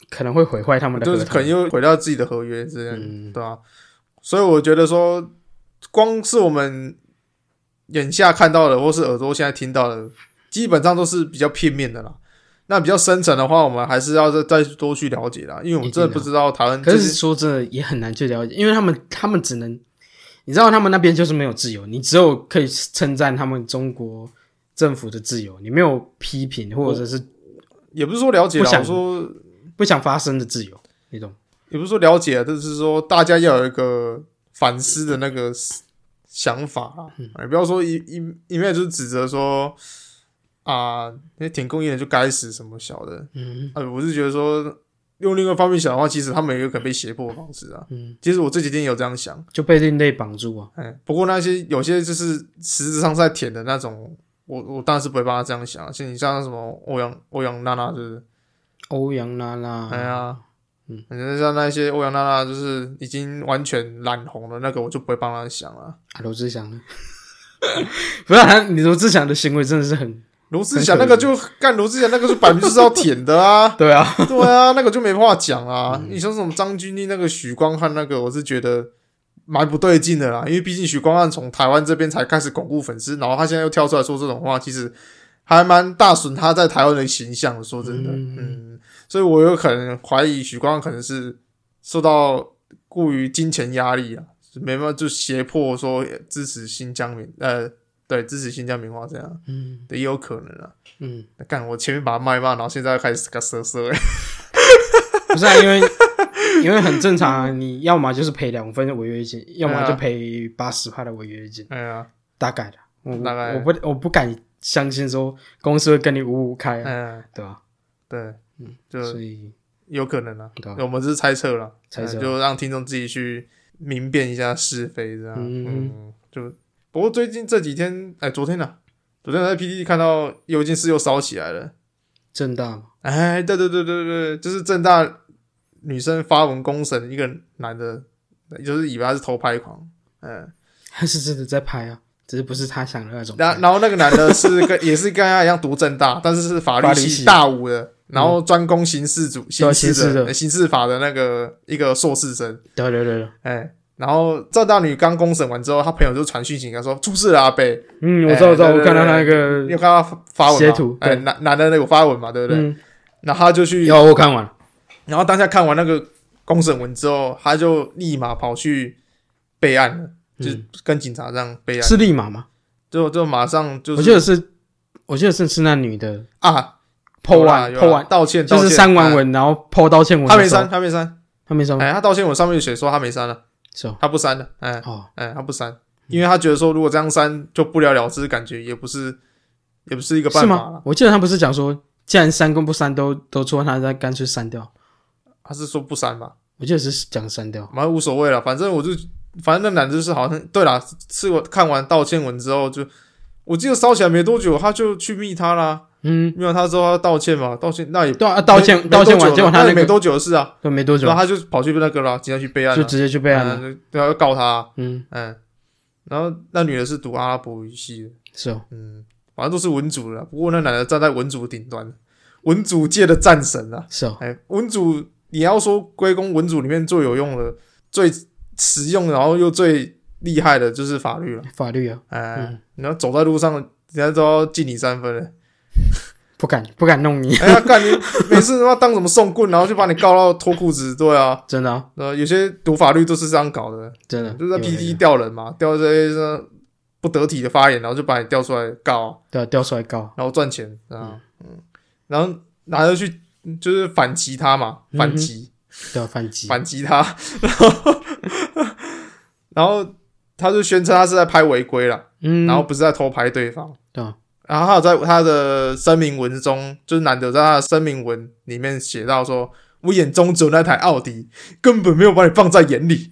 可能会毁坏他们的合同， 就是可能又毁掉自己的合约之类的，嗯，对吧？所以我觉得说，光是我们眼下看到的，或是耳朵现在听到的，基本上都是比较片面的啦。那比较深层的话，我们还是要再再多去了解啦，因为我们真的不知道台湾。 可是说真的，也很难去了解，因为他们他们只能，你知道，他们那边就是没有自由，你只有可以称赞他们中国政府的自由，你没有批评或者是， 也不是说了解啦，我说不想发生的自由，你懂？ 也不是说了解，就是说大家要有一个反思的那个想法啦，嗯，你不要说一一一面就是指责说。啊，那些舔共艺人就该死什么小的，嗯，啊，我是觉得说用另外一方面想的话，其实他们也有可能被胁迫的方式啊，嗯，其实我这几天有这样想， 就被另类绑住啊， 哎，不过那些有些就是实质上在舔的那种，我我当然是不会帮他这样想，像你像什么欧阳欧阳娜娜就是欧阳娜娜， 哎呀，嗯，像那些欧阳娜娜就是已经完全染红了，那个我就不会帮他想了。 啊，罗志祥呢？不是他，你罗志祥的行为真的是很。 罗志祥那个就干罗志祥那个就摆明就是要舔的啊， 对啊， 对啊，那个就没话讲啊。嗯、你说什么张钧甯那个许光汉那个，我是觉得蛮不对劲的啦，因为毕竟许光汉从台湾这边才开始巩固粉丝，然后他现在又跳出来说这种话，其实还蛮大损他在台湾的形象的。说真的，嗯，嗯所以我有可能怀疑许光汉可能是受到过于金钱压力啊，没办法就胁迫说支持新疆棉呃。对，支持新疆棉花这样，嗯，也有可能啊，嗯，干我前面把他骂一骂，然后现在开始给他瑟瑟， 不是啊，因为因为很正常啊，你要么就是赔两分的违约金，要么就赔八十趴的违约金， 哎呀， 大概的，我大概我不我不敢相信说公司会跟你五五开啊， 嗯， 对吧？ 对，嗯，就所以有可能啊，我们只是猜测啦， 猜测， 就让听众自己去明辨一下是非，这样，嗯，就。不过最近这几天，哎，昨天啊，昨天在 P T T 看到有一件事又烧起来了。 政大吗？ 哎，对对对对对，就是政大女生发文公审一个男的，就是以为他是偷拍狂，嗯， 他是真的在拍啊，只是不是他想的那种。 然然后那个男的是跟也是跟他一样读政大，但是是法律系大五的，然后专攻刑事组、刑事的刑事法的那个一个硕士生。 对对对对， 哎。然后政大女刚公审完之后，他朋友就传讯息跟他说出事了阿北。 嗯，我知道，我知道，我看到那个， 你有看到发文截图， 哎，男男的那个发文嘛，对不对？嗯。然后他就去， 有我看完了。 然后当下看完那个公审文之后，他就立马跑去备案了，就是跟警察这样备案。 是立马吗？ 就就马上就是， 我记得是，我记得是是那女的啊 ，po 完 po 完道歉， 就是删完文，然后 po 道歉文， 他没删，他没删， 他没删。 哎，他道歉文上面写说他没删了。 是他不删了，哎、哦，哎，他不删，因为他觉得说如果这样删就不了了之，感觉也不是，也不是一个办法了。 是吗？我记得他不是讲说，既然删跟不删都都错，他再干脆删掉。 他是说不删吧？ 我记得是讲删掉， 蛮无所谓了，反正我就，反正那男就是好像对啦，是我看完道歉文之后就，我记得烧起来没多久，他就去密他啦。嗯，没有他之后他道歉嘛，道歉那也对啊，道歉道歉完结果他那个没多久的事啊， 对，没多久， 然后他就跑去那个啦，警察去备案， 就直接去备案了， 对啊，要告他， 嗯嗯，然后那女的是读阿拉伯语系的， 是哦， 嗯，反正都是文组的，不过那男的站在文组顶端，文组界的战神啊， 是哦， 哎，文组你要说归功文组里面最有用的、最实用，然后又最厉害的就是法律了， 法律啊， 哎，嗯、你要走在路上，人家都要记你三分了。 不敢不敢弄你， 哎呀，干你每次他妈当什么送棍，然后就把你告到脱裤子，对啊， 真的啊， 呃，有些读法律都是这样搞的， 真的， 就是在 P T T 调人嘛，调这些不得体的发言，然后就把你调出来告、啊， 对、啊，调出来告， 然后赚钱啊，嗯，嗯然后拿着去就是反击他嘛，反击， 嗯、对、啊，反击， 反击他，然后然后他就宣称他是在拍违规啦，嗯，然后不是在偷拍对方， 对啊。 然后他有在他的声明文中，就是难得在他的声明文里面写到说，我眼中只有那台奥迪，根本没有把你放在眼里。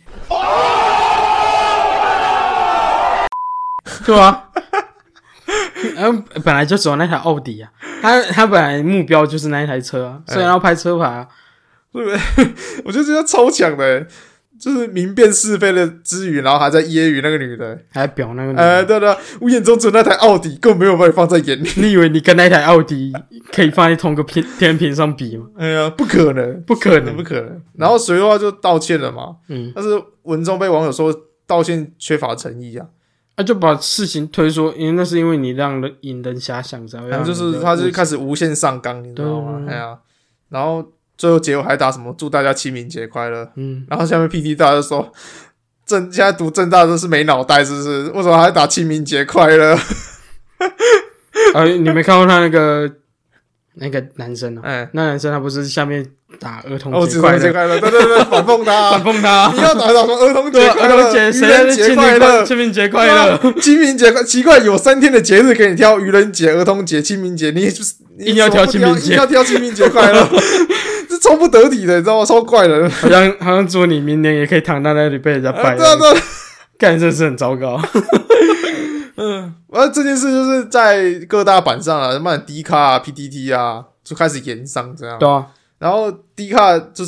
对啊，嗯，本来就只有那台奥迪啊，他他本来目标就是那一台车啊，所以要拍车牌啊， 对不对？我觉得这超强的， 就是明辨是非的之余，然后还在揶揄那个女的， 还表那个女的。 呃，对对，我眼中只有那台奥迪，根本没有把你放在眼里。 你以为你跟那台奥迪可以放在同个平天平上比吗？ 哎呀，不可能， 不可能， 不可能。然后随后就道歉了嘛， 嗯， 但是文中被网友说道歉缺乏诚意啊。 啊，就把事情推说，因为那是因为你让人引人遐想，才会让人就是他就开始无限上纲，你知道吗？哎呀，然后最后结尾还打什么祝大家清明节快乐，嗯，然后下面 P T 大家就说，正现在读正大都是没脑袋，是不是？为什么还打清明节快乐？ 啊，你没看过他那个那个男生啊？ 哎、欸， 那男生他不是下面打儿童节快乐，哦、节快乐，对对对，反讽他， 反讽他， 你要打打什么儿童节快乐？ 儿童节，谁在节快乐？ 清明节快乐， 清明节奇怪，有三天的节日给你挑，愚人节、儿童节、清明节，你就是硬要挑清明节， 硬要挑清明节快乐，这超不得体的，你知道吗？超怪的， 好像好像说你明年也可以躺在那里被人家拜， 啊、对啊对啊， 干真是很糟糕。 嗯，而这件事就是在各大版上啊，什么 D 卡啊、P T T 啊，就开始延上这样。 对啊， 然后 D 卡就是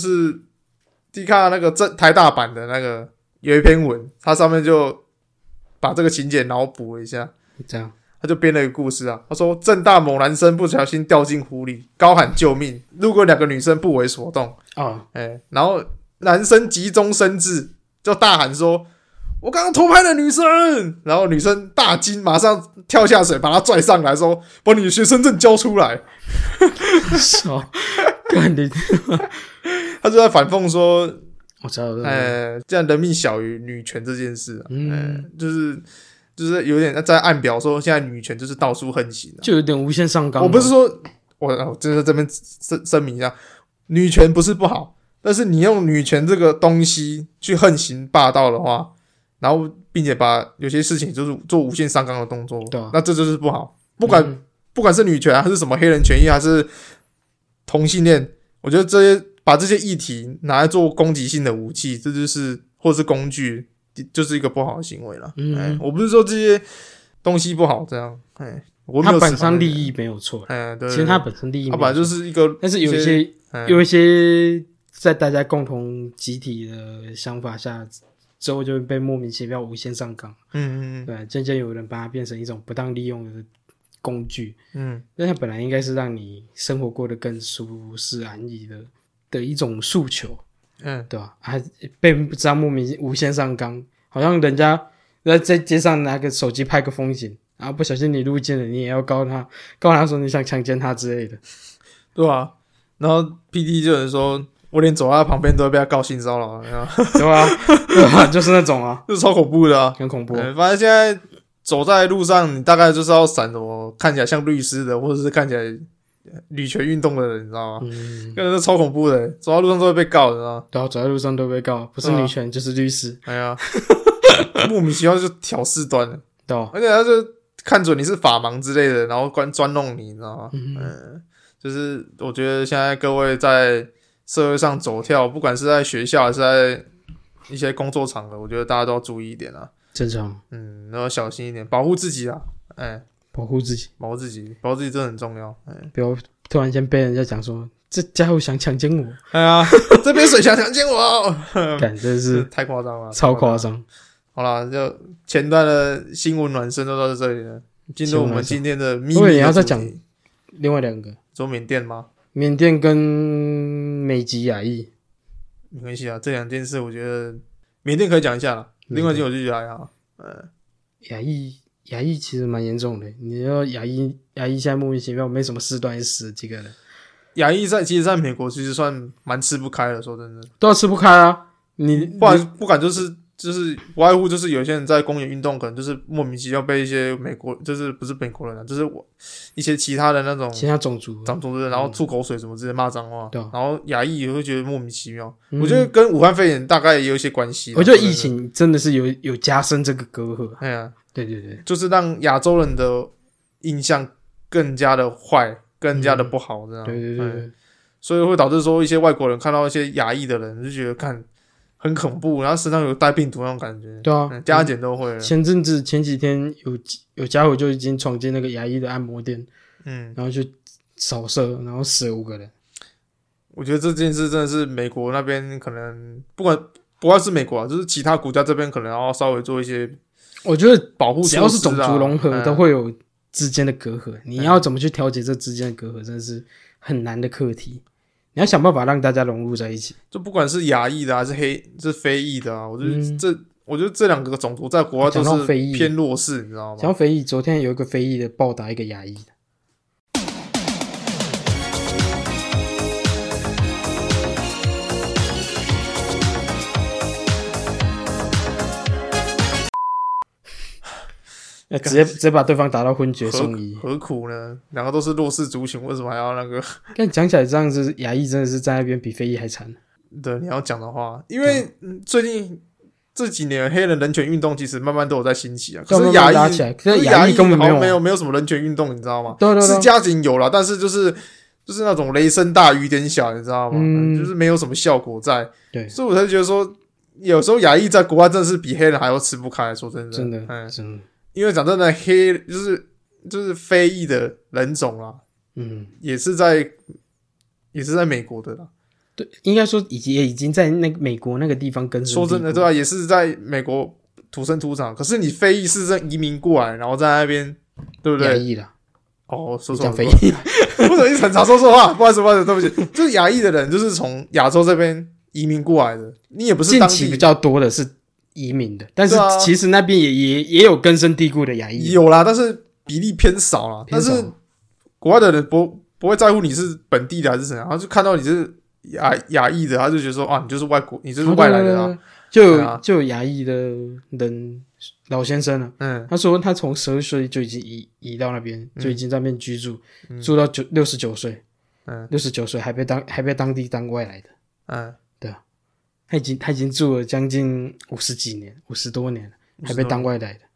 D 卡那个正台大版的那个有一篇文，它上面就把这个情节脑补了一下， 这样他就编了一个故事啊。他说政大某男生不小心掉进湖里，高喊救命，路过两个女生不为所动哦， 哎，然后男生急中生智，就大喊说。我刚刚偷拍了女生，然后女生大惊，马上跳下水，把她拽上来，说：“把你的学生证交出来。” 少，干你！ 他就在反讽说：“ 我知道， 哎，这样人命小于女权这件事、啊，嗯、哎，就是就是有点在暗表说，现在女权就是到处横行、啊， 就有点无限上纲。 我不是说我我真的这边声声明一下，女权不是不好，但是你用女权这个东西去横行霸道的话。”然后，并且把有些事情就是做无限上纲的动作， 对啊、 那这就是不好。不管、嗯、不管是女权还是什么黑人权益，还是同性恋，我觉得这些把这些议题拿来做攻击性的武器，这就是或是工具，就是一个不好的行为了。嗯、哎，我不是说这些东西不好，这样，哎，我没有他本身利益没有错， 哎，对， 其实他本身利益没有错， 他本来就是一个， 但是有一些、哎、有一些在大家共同集体的想法下。之后就会被莫名其妙无限上纲，嗯嗯嗯，对，渐渐有人把它变成一种不当利用的工具，嗯，但它本来应该是让你生活过得更舒适安逸的的一种诉求，嗯，对吧？还被不知道莫名无限上纲，好像人家在在街上拿个手机拍个风景，然后不小心你入境了，你也要告他，告他说你想强奸他之类的， 对啊，然后 P T 就有人说。我连走在他旁边都会被他告性骚扰， 对吧？对吧？就是那种啊， 就是超恐怖的啊， 很恐怖。 反正现在走在路上，你大概就是要闪什么看起来像律师的，或者是看起来女权运动的人，你知道吗？嗯，那是超恐怖的，走在路上都会被告，你知道吗？ 对啊，走在路上都会被告，不是女权、啊、就是律师。 哎呀，莫名其妙就挑事端了， 对啊， 而且他就看准你是法盲之类的，然后专专弄你，你知道吗？嗯, 嗯，就是我觉得现在各位在。社会上走跳，不管是在学校还是在一些工作场合，我觉得大家都要注意一点啊。 正常， 嗯，然后小心一点，保护自己啊，哎、欸， 保护自己， 保护自己，保护自己真的很重要。哎、欸， 不要突然间被人家讲说这家伙想强奸我， 哎呀，这边水想强奸我， 感真是太夸张了， 超夸张。 好啦，就前段的新闻暖身都到这里了，进入我们今天的秘密的主题。 因为你要再讲另外两个， 说缅甸吗？ 缅甸跟美籍亚裔没关系啊，这两件事我觉得缅甸可以讲一下啦，另外一件我就觉得还好。嗯， 亚裔亚裔其实蛮严重的，你说亚裔亚裔现在莫名其妙没什么事端，也死了几个人。 亚裔在其实在美国其实算蛮吃不开的，说真的， 都要吃不开啊。你不然不敢就是就是不外乎就是有些人在公园运动，可能就是莫名其妙被一些美国就是不是美国人啊，就是我一些其他的那种其他种族种族的人，然后吐口水什么之类骂脏话， 对、啊， 然后亚裔也会觉得莫名其妙、嗯。我觉得跟武汉肺炎大概也有一些关系。 我觉得疫情真的是有有加深这个隔阂。 哎呀， 对对对， 就是让亚洲人的印象更加的坏，更加的不好，这样、 嗯。对对对对、嗯， 所以会导致说一些外国人看到一些亚裔的人就觉得看。很恐怖，然后身上有带病毒那种感觉。 对啊， 嗯、加减都会了。 前阵子前几天有有家伙就已经闯进那个亚裔的按摩店，嗯，然后就扫射，然后死了五个人。 我觉得这件事真的是美国那边可能不管不光是美国啊，就是其他国家这边可能要稍微做一些， 我觉得保护、啊， 只要是种族融合， 嗯、 都会有之间的隔阂。你要怎么去调节这之间的隔阂，真的是很难的课题。你要想办法让大家融入在一起。 就不管是亚裔的还是黑，是非裔的啊，我觉得这、嗯、我觉得这两个种族在国外都是偏弱势，你知道吗？ 讲到非裔，昨天有一个非裔的暴打一个亚裔的。直接直接把对方打到昏厥送医， 何苦呢？两个都是弱势族群，为什么还要那个？ 但讲起来这样子，亚裔真的是在那边比非裔还惨。 对，你要讲的话，因为、嗯、最近这几年黑人人权运动其实慢慢都有在兴起啊。可是亚裔， 可是亚裔根本没有没有没有什么人权运动，你知道吗？ 对对对， 是家庭有啦，但是就是就是那种雷声大雨点小，你知道吗？嗯、就是没有什么效果在。 对， 所以我才觉得说，有时候亚裔在国外真的是比黑人还要吃不开。说真的， 真的， 嗯， 真的。 因为讲真的，黑就是就是非裔的人种啦，嗯，也是在也是在美国的啦。 对，应该说已经也已经在那个美国那个地方根深蒂固。 说真的，对吧、啊？也是在美国土生土长。可是你非裔是真移民过来，然后在那边，对不对？ 亚裔啦。 哦，说错了， 非裔， 为什么一直很常说错话？不好意思，不好意思，对不起。就是亚裔的人，就是从亚洲这边移民过来的。你也不是当地近期比较多的是移民的，但是其实那边也、啊、也也有根深蒂固的亚裔， 有啦，但是比例偏少啦。但是国外的人不不会在乎你是本地的还是怎样，他就看到你是亚亚裔的，他就觉得说啊，你就是外国，你就是外来的啊。 哦、就有、啊、就有亚裔的人老先生了，嗯，他说他从十二岁就已经移移到那边，就已经在那边居住，嗯、住到九六十九岁，嗯，六十九岁还被当还被当地当外来的，嗯。他已经他已经住了将近五十几年，五十多年了，还被当外来的。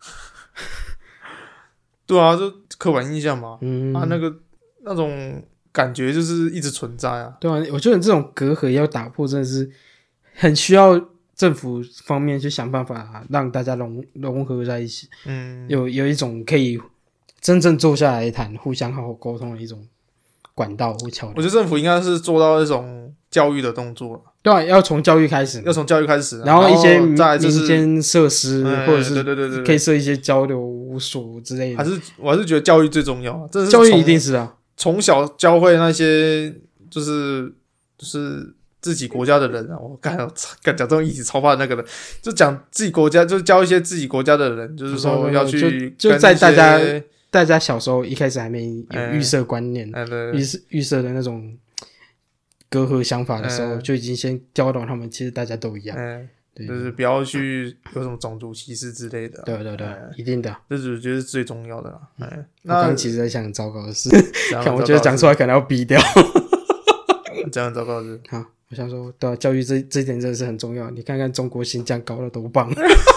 对啊，就刻板印象嘛，嗯，啊，那个那种感觉就是一直存在啊。 对啊，我觉得这种隔阂要打破，真的是很需要政府方面去想办法让大家融融合在一起。嗯，有有一种可以真正坐下来谈、互相好好沟通的一种管道或桥梁。 我觉得政府应该是做到一种教育的动作了。 对啊，要从教育开始， 要从教育开始， 然后一些民就是间设施， 嗯、 或者是对对对对， 可以设一些交流所之类的。 还是我还是觉得教育最重要，真的是教育一定是啊， 从小教会那些就是就是自己国家的人啊，我干干讲这种议题超怕那个的，就讲自己国家，就教一些自己国家的人，就是说要去就, 就在大家大家小时候一开始还没有预设观念， 嗯嗯、 预设预设的那种。隔阂想法的时候、嗯，就已经先教导他们，其实大家都一样， 嗯，对，就是不要去有什么种族歧视之类的。 对对对，嗯、一定的， 这是我觉得最重要的啦。嗯， 嗯那我刚其实在想很糟糕的事，看我觉得讲出来可能要逼掉。 这样糟糕的事， 好，我想说，对、啊，教育这这一点真的是很重要。你看看中国新疆搞得多棒。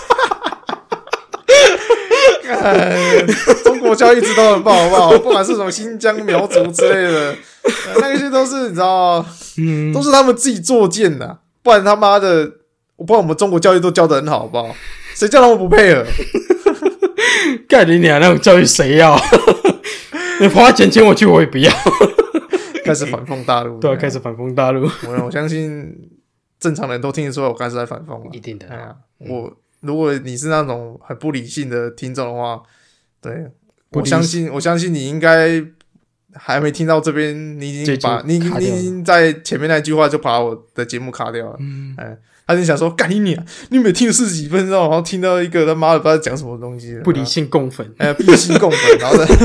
中国教育一直都很棒，好不好？不管是什么新疆苗族之类的，那些都是你知道，嗯，都是他们自己作践的，不然他妈的，我不然我们中国教育都教得很好，好不好？谁叫他们不配合？ 干你娘！那种教育谁要？你花钱请我去，我也不要。 开始反讽大陆， 对、啊，开始反讽大陆。 我我相信正常人都听得出来，我开始在反讽了。 一定的， 哎呀，嗯、我。如果你是那种很不理性的听众的话，对，我相信，我相信你应该还没听到这边，你已经把你你已经在前面那句话就把我的节目卡掉了。嗯，哎，他就想说，干你娘！你每听了四十几分钟，然后听到一个他妈的不知道讲什么东西， 不理性共粉， 哎，不理性共粉，然后呢，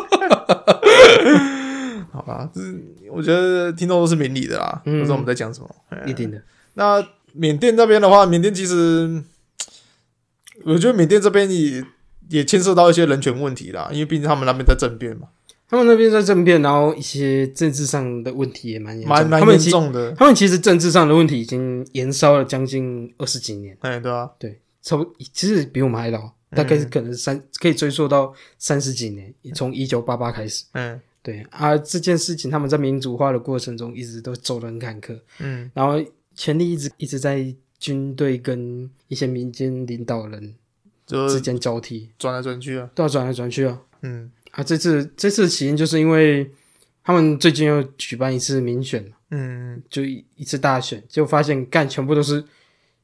好吧，就是我觉得听众都是明理的啦，不、嗯、知道我们在讲什么， 一定的。 那缅甸那边的话，缅甸其实。我觉得缅甸这边也也牵涉到一些人权问题啦，因为毕竟他们那边在政变嘛。 他们那边在政变，然后一些政治上的问题也蛮严重， 蛮蛮严重的。 他们其实政治上的问题已经延烧了将近二十几年。 哎，对啊， 对，差不多，其实比我们还老，大概可能三、嗯、可以追溯到三十几年，从一九八八开始。嗯，对啊，这件事情他们在民主化的过程中一直都走得很坎坷。嗯，然后权力一直一直在。军队跟一些民间领导人之间交替， 转来转去啊， 对啊，转来转去啊。嗯，啊，这次这次的起因就是因为他们最近又举办一次民选，嗯，就 一, 一次大选，结果发现干全部都是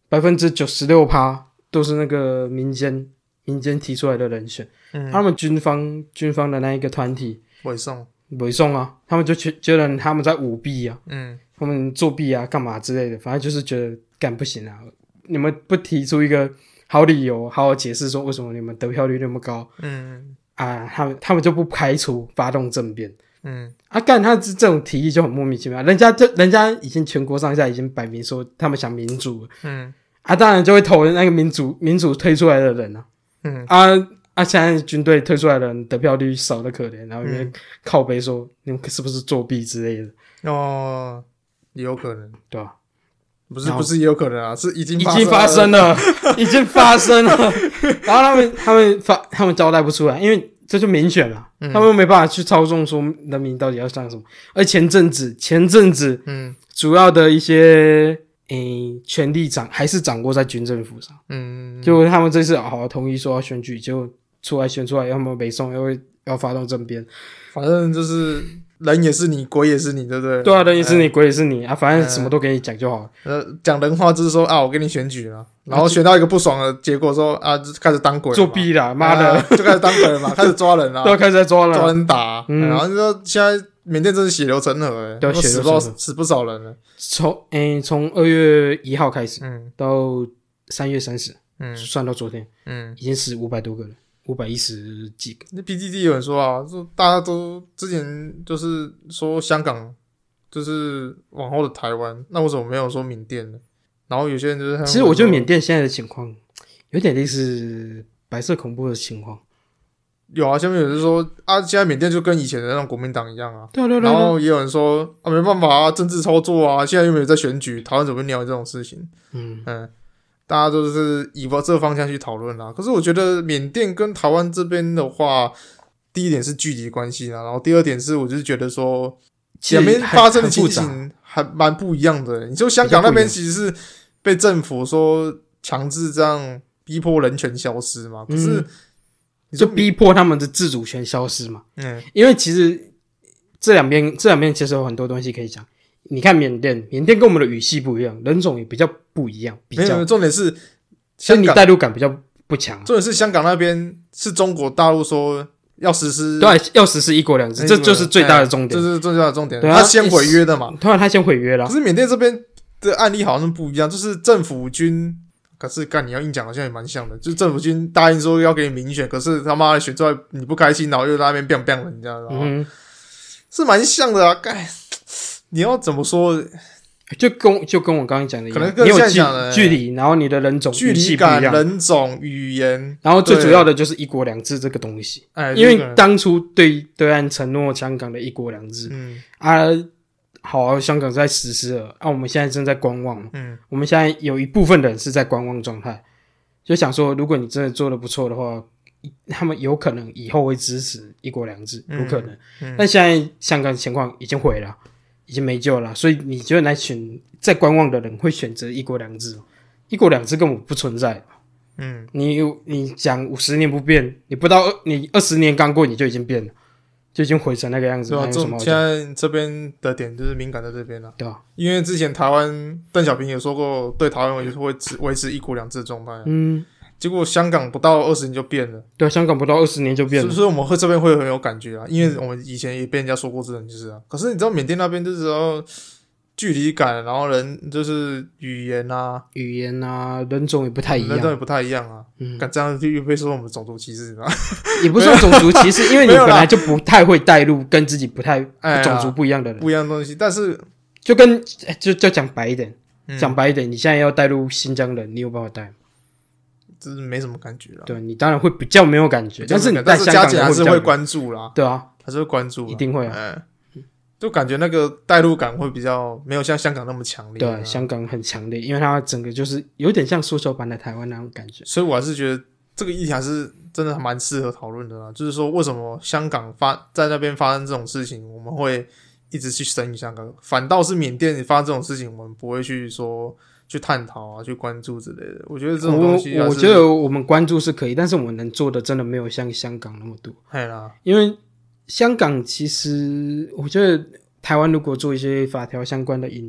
百分之九十六趴都是那个民间民间提出来的人选，嗯，他们军方军方的那一个团体委送委送啊，他们就觉得他们在舞弊啊， 嗯， 他们作弊啊，干嘛之类的，反正就是觉得干不行啊，你们不提出一个好理由，好好解释说为什么你们得票率那么高， 嗯啊，他们他们就不排除发动政变。 嗯， 啊，干他这种提议就很莫名其妙，人家就人家已经全国上下已经摆明说他们想民主了， 嗯， 啊，当然就会投那个民主民主推出来的人啊， 嗯， 啊啊，现在军队推出来的人得票率少的可怜，然后因为靠北说你们是不是作弊之类的， 哦，也有可能， 对吧？ 不是不是也有可能啊，是已经已经发生了，已经发生了，然后他们他们发他们交代不出来，因为。这就民选了、嗯，他们没办法去操纵说人民到底要上什么。而前阵子，前阵子，嗯，主要的一些诶权力掌还是掌握在军政府上，嗯，就他们这次好好同意说要选举，就出来选出来，要么北宋，要要发动政变， 反正就是人也是你，鬼也是你，对不对？ 对啊，人也是你，鬼也是你啊，反正什么都给你讲就好了。 呃，讲人话就是说啊，我给你选举了。然后选到一个不爽的结果说啊，就开始当鬼了作弊啦，妈的、 啊，就开始当鬼了嘛，开始抓人啦， 对，开始在抓人， 抓人打，嗯、然后就说现在缅甸真是血流成河诶、欸， 对， 死不死不少人了。 从诶从二月一号开始，嗯，到三月三十，嗯，算到昨天，嗯，已经死五百多个人，五百一十几个。 那 P T T 有人说啊，说大家都之前就是说香港就是往后的台湾，那为什么没有说缅甸呢？然后有些人就是， 其实我觉得缅甸现在的情况有点类似白色恐怖的情况。 有啊，下面有人说啊，现在缅甸就跟以前的那种国民党一样啊。 对啊对啊对啊。 然后也有人说啊，没办法啊，政治操作啊，现在又没有在选举，台湾怎么鸟这种事情？嗯嗯，大家都是以这个方向去讨论啦。可是我觉得缅甸跟台湾这边的话，第一点是距离关系啦，然后第二点是我就是觉得说，两边发生的情形还蛮不一样的。你说香港那边其实是被政府说强制这样逼迫人权消失嘛，可是、 嗯、就逼迫他们的自主权消失嘛。嗯，因为其实这两边这两边其实有很多东西可以讲。你看缅甸，缅甸跟我们的语系不一样，人种也比较不一样。比较没有，重点是香港，所以你代入感比较不强。 重点是香港那边是中国大陆说要实施， 对，要实施一国两制，这就是最大的重点， 这是最大的重点。他先毁约的嘛， 突然他先毁约了。 可是缅甸这边的案例好像不一样，就是政府军，可是干你要硬讲，好像也蛮像的，就是政府军答应说要给你民选，可是他妈的选出来你不开心，然后又在那边 biang biang 人家，嗯，是蛮像的啊，干。你要怎么说？ 就跟就跟我刚刚讲的一样， 可能跟现在讲的距离，然后你的人种距离感、人种、语言， 然后最主要的就是一国两制这个东西。哎，因为当初对对岸承诺香港的一国两制，嗯啊，好啊，香港在实施了，啊，我们现在正在观望，嗯，我们现在有一部分人是在观望状态，就想说，如果你真的做得不错的话，他们有可能以后会支持一国两制，有可能。嗯嗯、但现在香港情况已经毁了。已经没救了，所以你觉得来选在观望的人会选择一国两制？一国两制根本不存在。嗯，你你讲五十年不变，你不到你二十年刚过，你就已经变了，就已经毁成那个样子。 对啊，现在这边的点就是敏感在这边了， 对啊， 因为之前台湾邓小平也说过，对台湾会会维持一国两制的状态。嗯。结果香港不到二十年就变了， 对，香港不到二十年就变了， 所以我们会这边会很有感觉啊，因为我们以前也被人家说过这种就是啊。可是你知道缅甸那边就是要距离感，然后人就是语言啊、 语言啊、人种也不太一样， 人种也不太一样啊。嗯，这样就又被说我们种族歧视，啊， 也不算种族歧视，因为你本来就不太会带入跟自己不太种族不一样的人， 不一样的东西。但是就跟就就讲白一点，讲、嗯、白一点，你现在要带入新疆人，你有办法带吗？ 就是没什么感觉啦， 对你当然会比较没有感觉，但是你在香港还是会关注啦， 对啊， 还是会关注， 一定会啊， 欸、就感觉那个代入感会比较没有像香港那么强烈， 对，香港很强烈，因为它整个就是有点像缩小版的台湾那种感觉， 所以我还是觉得这个议题还是真的蛮适合讨论的啦，就是说为什么香港发在那边发生这种事情，我们会一直去声援香港，反倒是缅甸发生这种事情，我们不会去说。去探讨啊，去关注之类的，我觉得这种东西我，我觉得我们关注是可以，但是我们能做的真的没有像香港那么多。 对啦， 因为香港其实，我觉得台湾如果做一些法条相关的引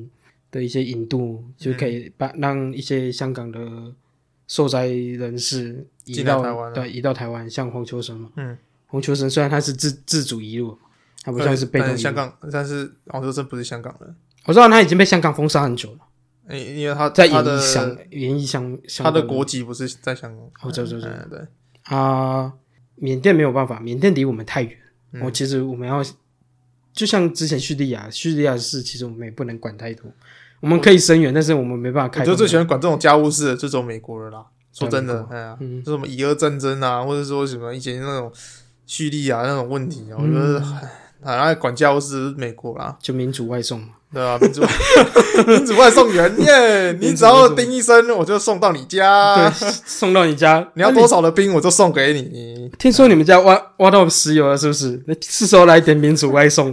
的一些引渡，就可以把让一些香港的受灾人士移到台湾， 对，移到台湾，像黄秋生嘛， 嗯， 黄秋生虽然他是自自主移入，他不像是被动移入。 香港，但是黄秋生不是香港人， 我知道他已经被香港封杀很久了。 因为他在演艺香，演艺香， 他的国籍不是在香港。 哦，对对对， 嗯、对啊，缅甸没有办法，缅甸离我们太远。嗯、我其实我们要，就像之前叙利亚，叙利亚的事，其实我们也不能管太多。我们可以声援，但是我们没办法开。 我就最喜欢管这种家务事的，就只有美国了啦。说真的，哎呀，嗯、就什么以俄战争啊，或者说什么以前那种叙利亚那种问题，嗯、我觉得很爱管家务事，美国啦， 就民主外送嘛。 对啊，民主民主外送员耶！你只要叮一声，我就送到你家。 对，送到你家。 你要多少的冰，我就送给你。 听说你们家挖挖到石油了，是不是？那是时候来点民主外送。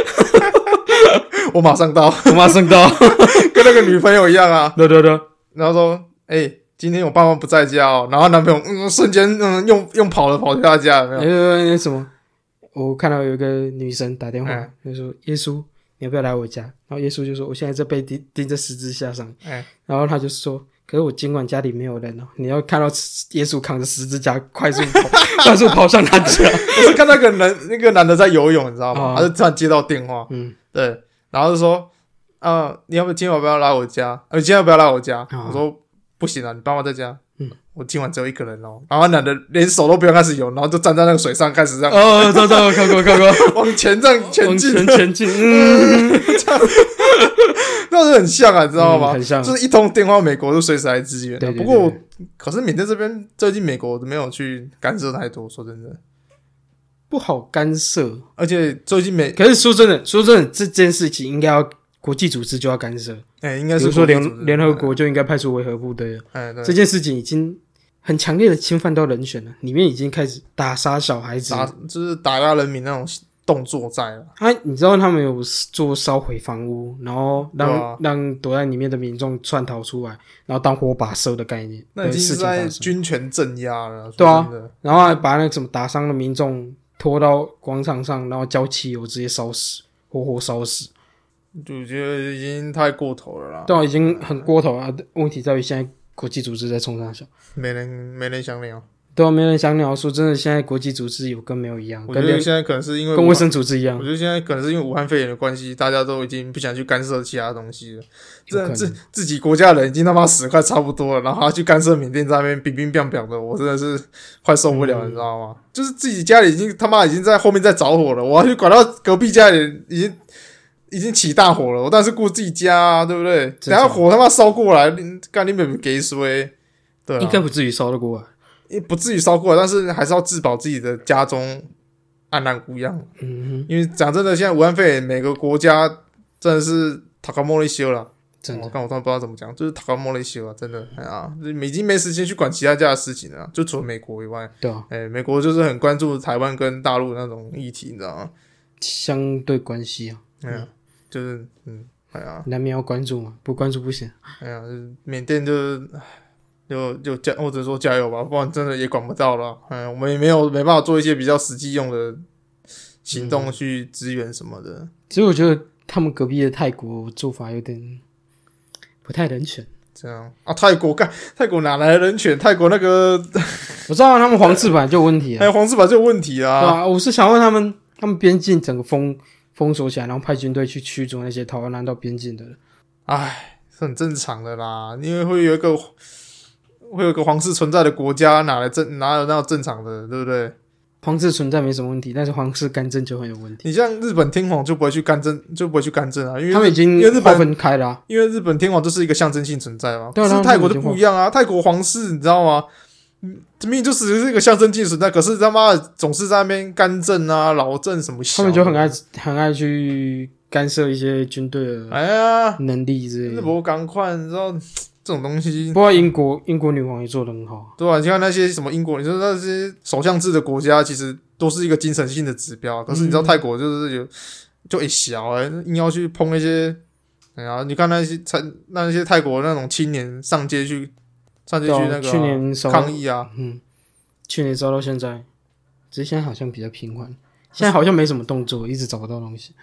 我马上到， 我马上到， 跟那个女朋友一样啊。 对对对， 然后说，哎、欸，今天我爸妈不在家哦。然后男朋友嗯，瞬间嗯，用用跑了跑去他家，有没有？ 那、欸、什么？我看到有一个女生打电话，嗯、就说：“耶稣，你要不要来我家？”然后耶稣就说：“我现在在被钉钉在十字架上。嗯”然后他就说：“可是我今晚家里没有人哦，你要看到耶稣扛着十字架快速跑，快速跑向他家。” 我是看那个男那个男的在游泳，你知道吗？哦、他就突然接到电话，嗯，对，然后就说：“啊、呃，你要不今天要不要来我家？呃，你今天要不要来我家？”哦、我说：“不行啊，你爸妈在家。”嗯，我今晚只有一个人哦，然后男的连手都不用开始游，然后就站在那个水上开始这样。 哦，走走，看过看过， 往前这样前进， 往前前进，嗯， 这样，那是很像啊，你知道吗？ 嗯、很像， 就是一通电话，美国就随时来支援、啊。 对对对对， 不过，可是缅甸这边最近美国没有去干涉太多，说真的， 不好干涉。 而且最近美， 可是说真的，说真的，这件事情应该要国际组织就要干涉。 哎、欸，应该是比如说联联合国就应该派出维和部队了。 哎，对， 这件事情已经很强烈的侵犯到人权了，里面已经开始打杀小孩子， 打就是打压人民那种动作在了。 他、啊、你知道他们有做烧毁房屋，然后让、啊、让躲在里面的民众窜逃出来，然后当火把射的概念。 那已经是在军权镇压了。 对啊，然后还把那个什么打伤的民众拖到广场上，然后浇汽油直接烧死，活活烧死。 就觉得已经太过头了啦。 对啊，已经很过头了。问题在于现在国际组织在冲上小， 没人没人想鸟。 对啊，没人想鸟。说真的，现在国际组织有跟没有一样。 我觉得现在可能是因为跟卫生组织一样。 我觉得现在可能是因为武汉肺炎的关系，大家都已经不想去干涉其他东西了。这自自己国家的人已经他妈死快差不多了，然后他去干涉缅甸在那边冰冰冰冰的，我真的是快受不了，嗯、你知道吗？就是自己家里已经他妈已经在后面在着火了，我要去管到隔壁家里已经。已经起大火了，我当然是顾自己家啊，对不对？等下火他妈烧过来，干你妹给衰，对啊， 应该不至于烧得过来， 不至于烧过来，但是还是要自保自己的家中安然无恙。嗯哼，因为讲真的，现在武汉肺炎每个国家真的是塔卡莫雷修了，真的，我看我突然不知道怎么讲，就是塔卡莫雷修了，真的，哎呀，已经没时间去管其他家的事情了，就除了美国以外， 对啊， 哎，美国就是很关注台湾跟大陆那种议题，你知道吗？ 相对关系啊， 嗯。嗯就是嗯，哎呀， 难免要关注嘛，不关注不行。 哎呀，缅甸就就就加，或者说加油吧，不然真的也管不到了。嗯，我们也没有没办法做一些比较实际用的行动去支援什么的。 嗯、其实我觉得他们隔壁的泰国做法有点不太人权。 这样啊，泰国干泰国哪来的人权？泰国那个我知道、啊、他们皇室本来就有问题啊， 还有皇室本来就有问题啊。 对啊，我是想问他们，他们边境整个封。封锁起来，然后派军队去驱逐那些逃难到边境的人。 唉，是很正常的啦，因为会有一个会有一个皇室存在的国家，哪来正哪有那正常的，对不对？ 皇室存在没什么问题，但是皇室干政就很有问题。 你像日本天皇就不会去干政，就不会去干政啊，因为他们已经划分开了、啊。 因为日本天皇就是一个象征性存在嘛， 对啊， 是泰国就不一样啊，泰国皇室你知道吗？明明就只是一个象征性存在，可是他妈的总是在那边干政啊、老政什么小的， 他们就很爱很爱去干涉一些军队的哎呀能力之类的。 日本赶快，你知道这种东西。 不过英国英国女王也做得很好， 对啊，你看那些什么英国，你说那些首相制的国家，其实都是一个精神性的指标。可是你知道泰国就是有就一小哎、欸，硬要去碰那些，哎呀，你看那些那些泰国那种青年上街去。上街去那个、啊、 去年抗议啊， 嗯，去年烧到现在，只是现在好像比较平缓，现在好像没什么动作，一直找不到东西。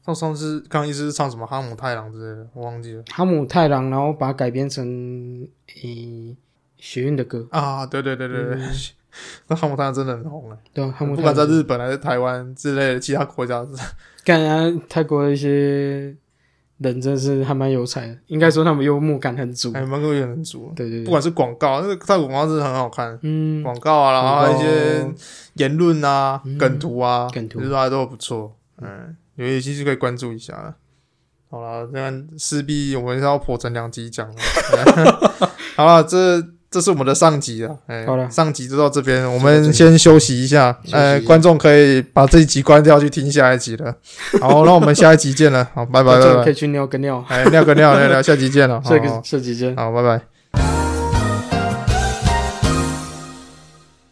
上上次刚刚意思是唱什么哈姆太郎之类的，我忘记了。 哈姆太郎，然后把它改编成诶学院的歌啊，对对对对对，嗯、那哈姆太郎真的很红哎， 对、啊，哈姆太郎不管在日本还是台湾之类的其他国家， 干啊，泰国的一些人真的是还蛮有才的，应该说他们幽默感很足， 还蛮幽默感很足。 对 对, 对， 不管是广告，那个泰国广告真的很好看， 嗯， 广告啊，然后还有一些言论啊、 嗯、 梗图啊， 梗图， 其实还都不错，嗯，有些其实可以关注一下了。好了，这样势必我们是要破成两集讲了。好了，这这是我们的上集了，哎， 好了， 上集就到这边，我们先休息一下，呃，观众可以把这一集关掉去听下一集了。好，那我们下一集见了，好，拜拜拜拜。 可以去尿个尿， 哎，尿个尿，尿尿，下集见了， 下下集见， 好，拜拜。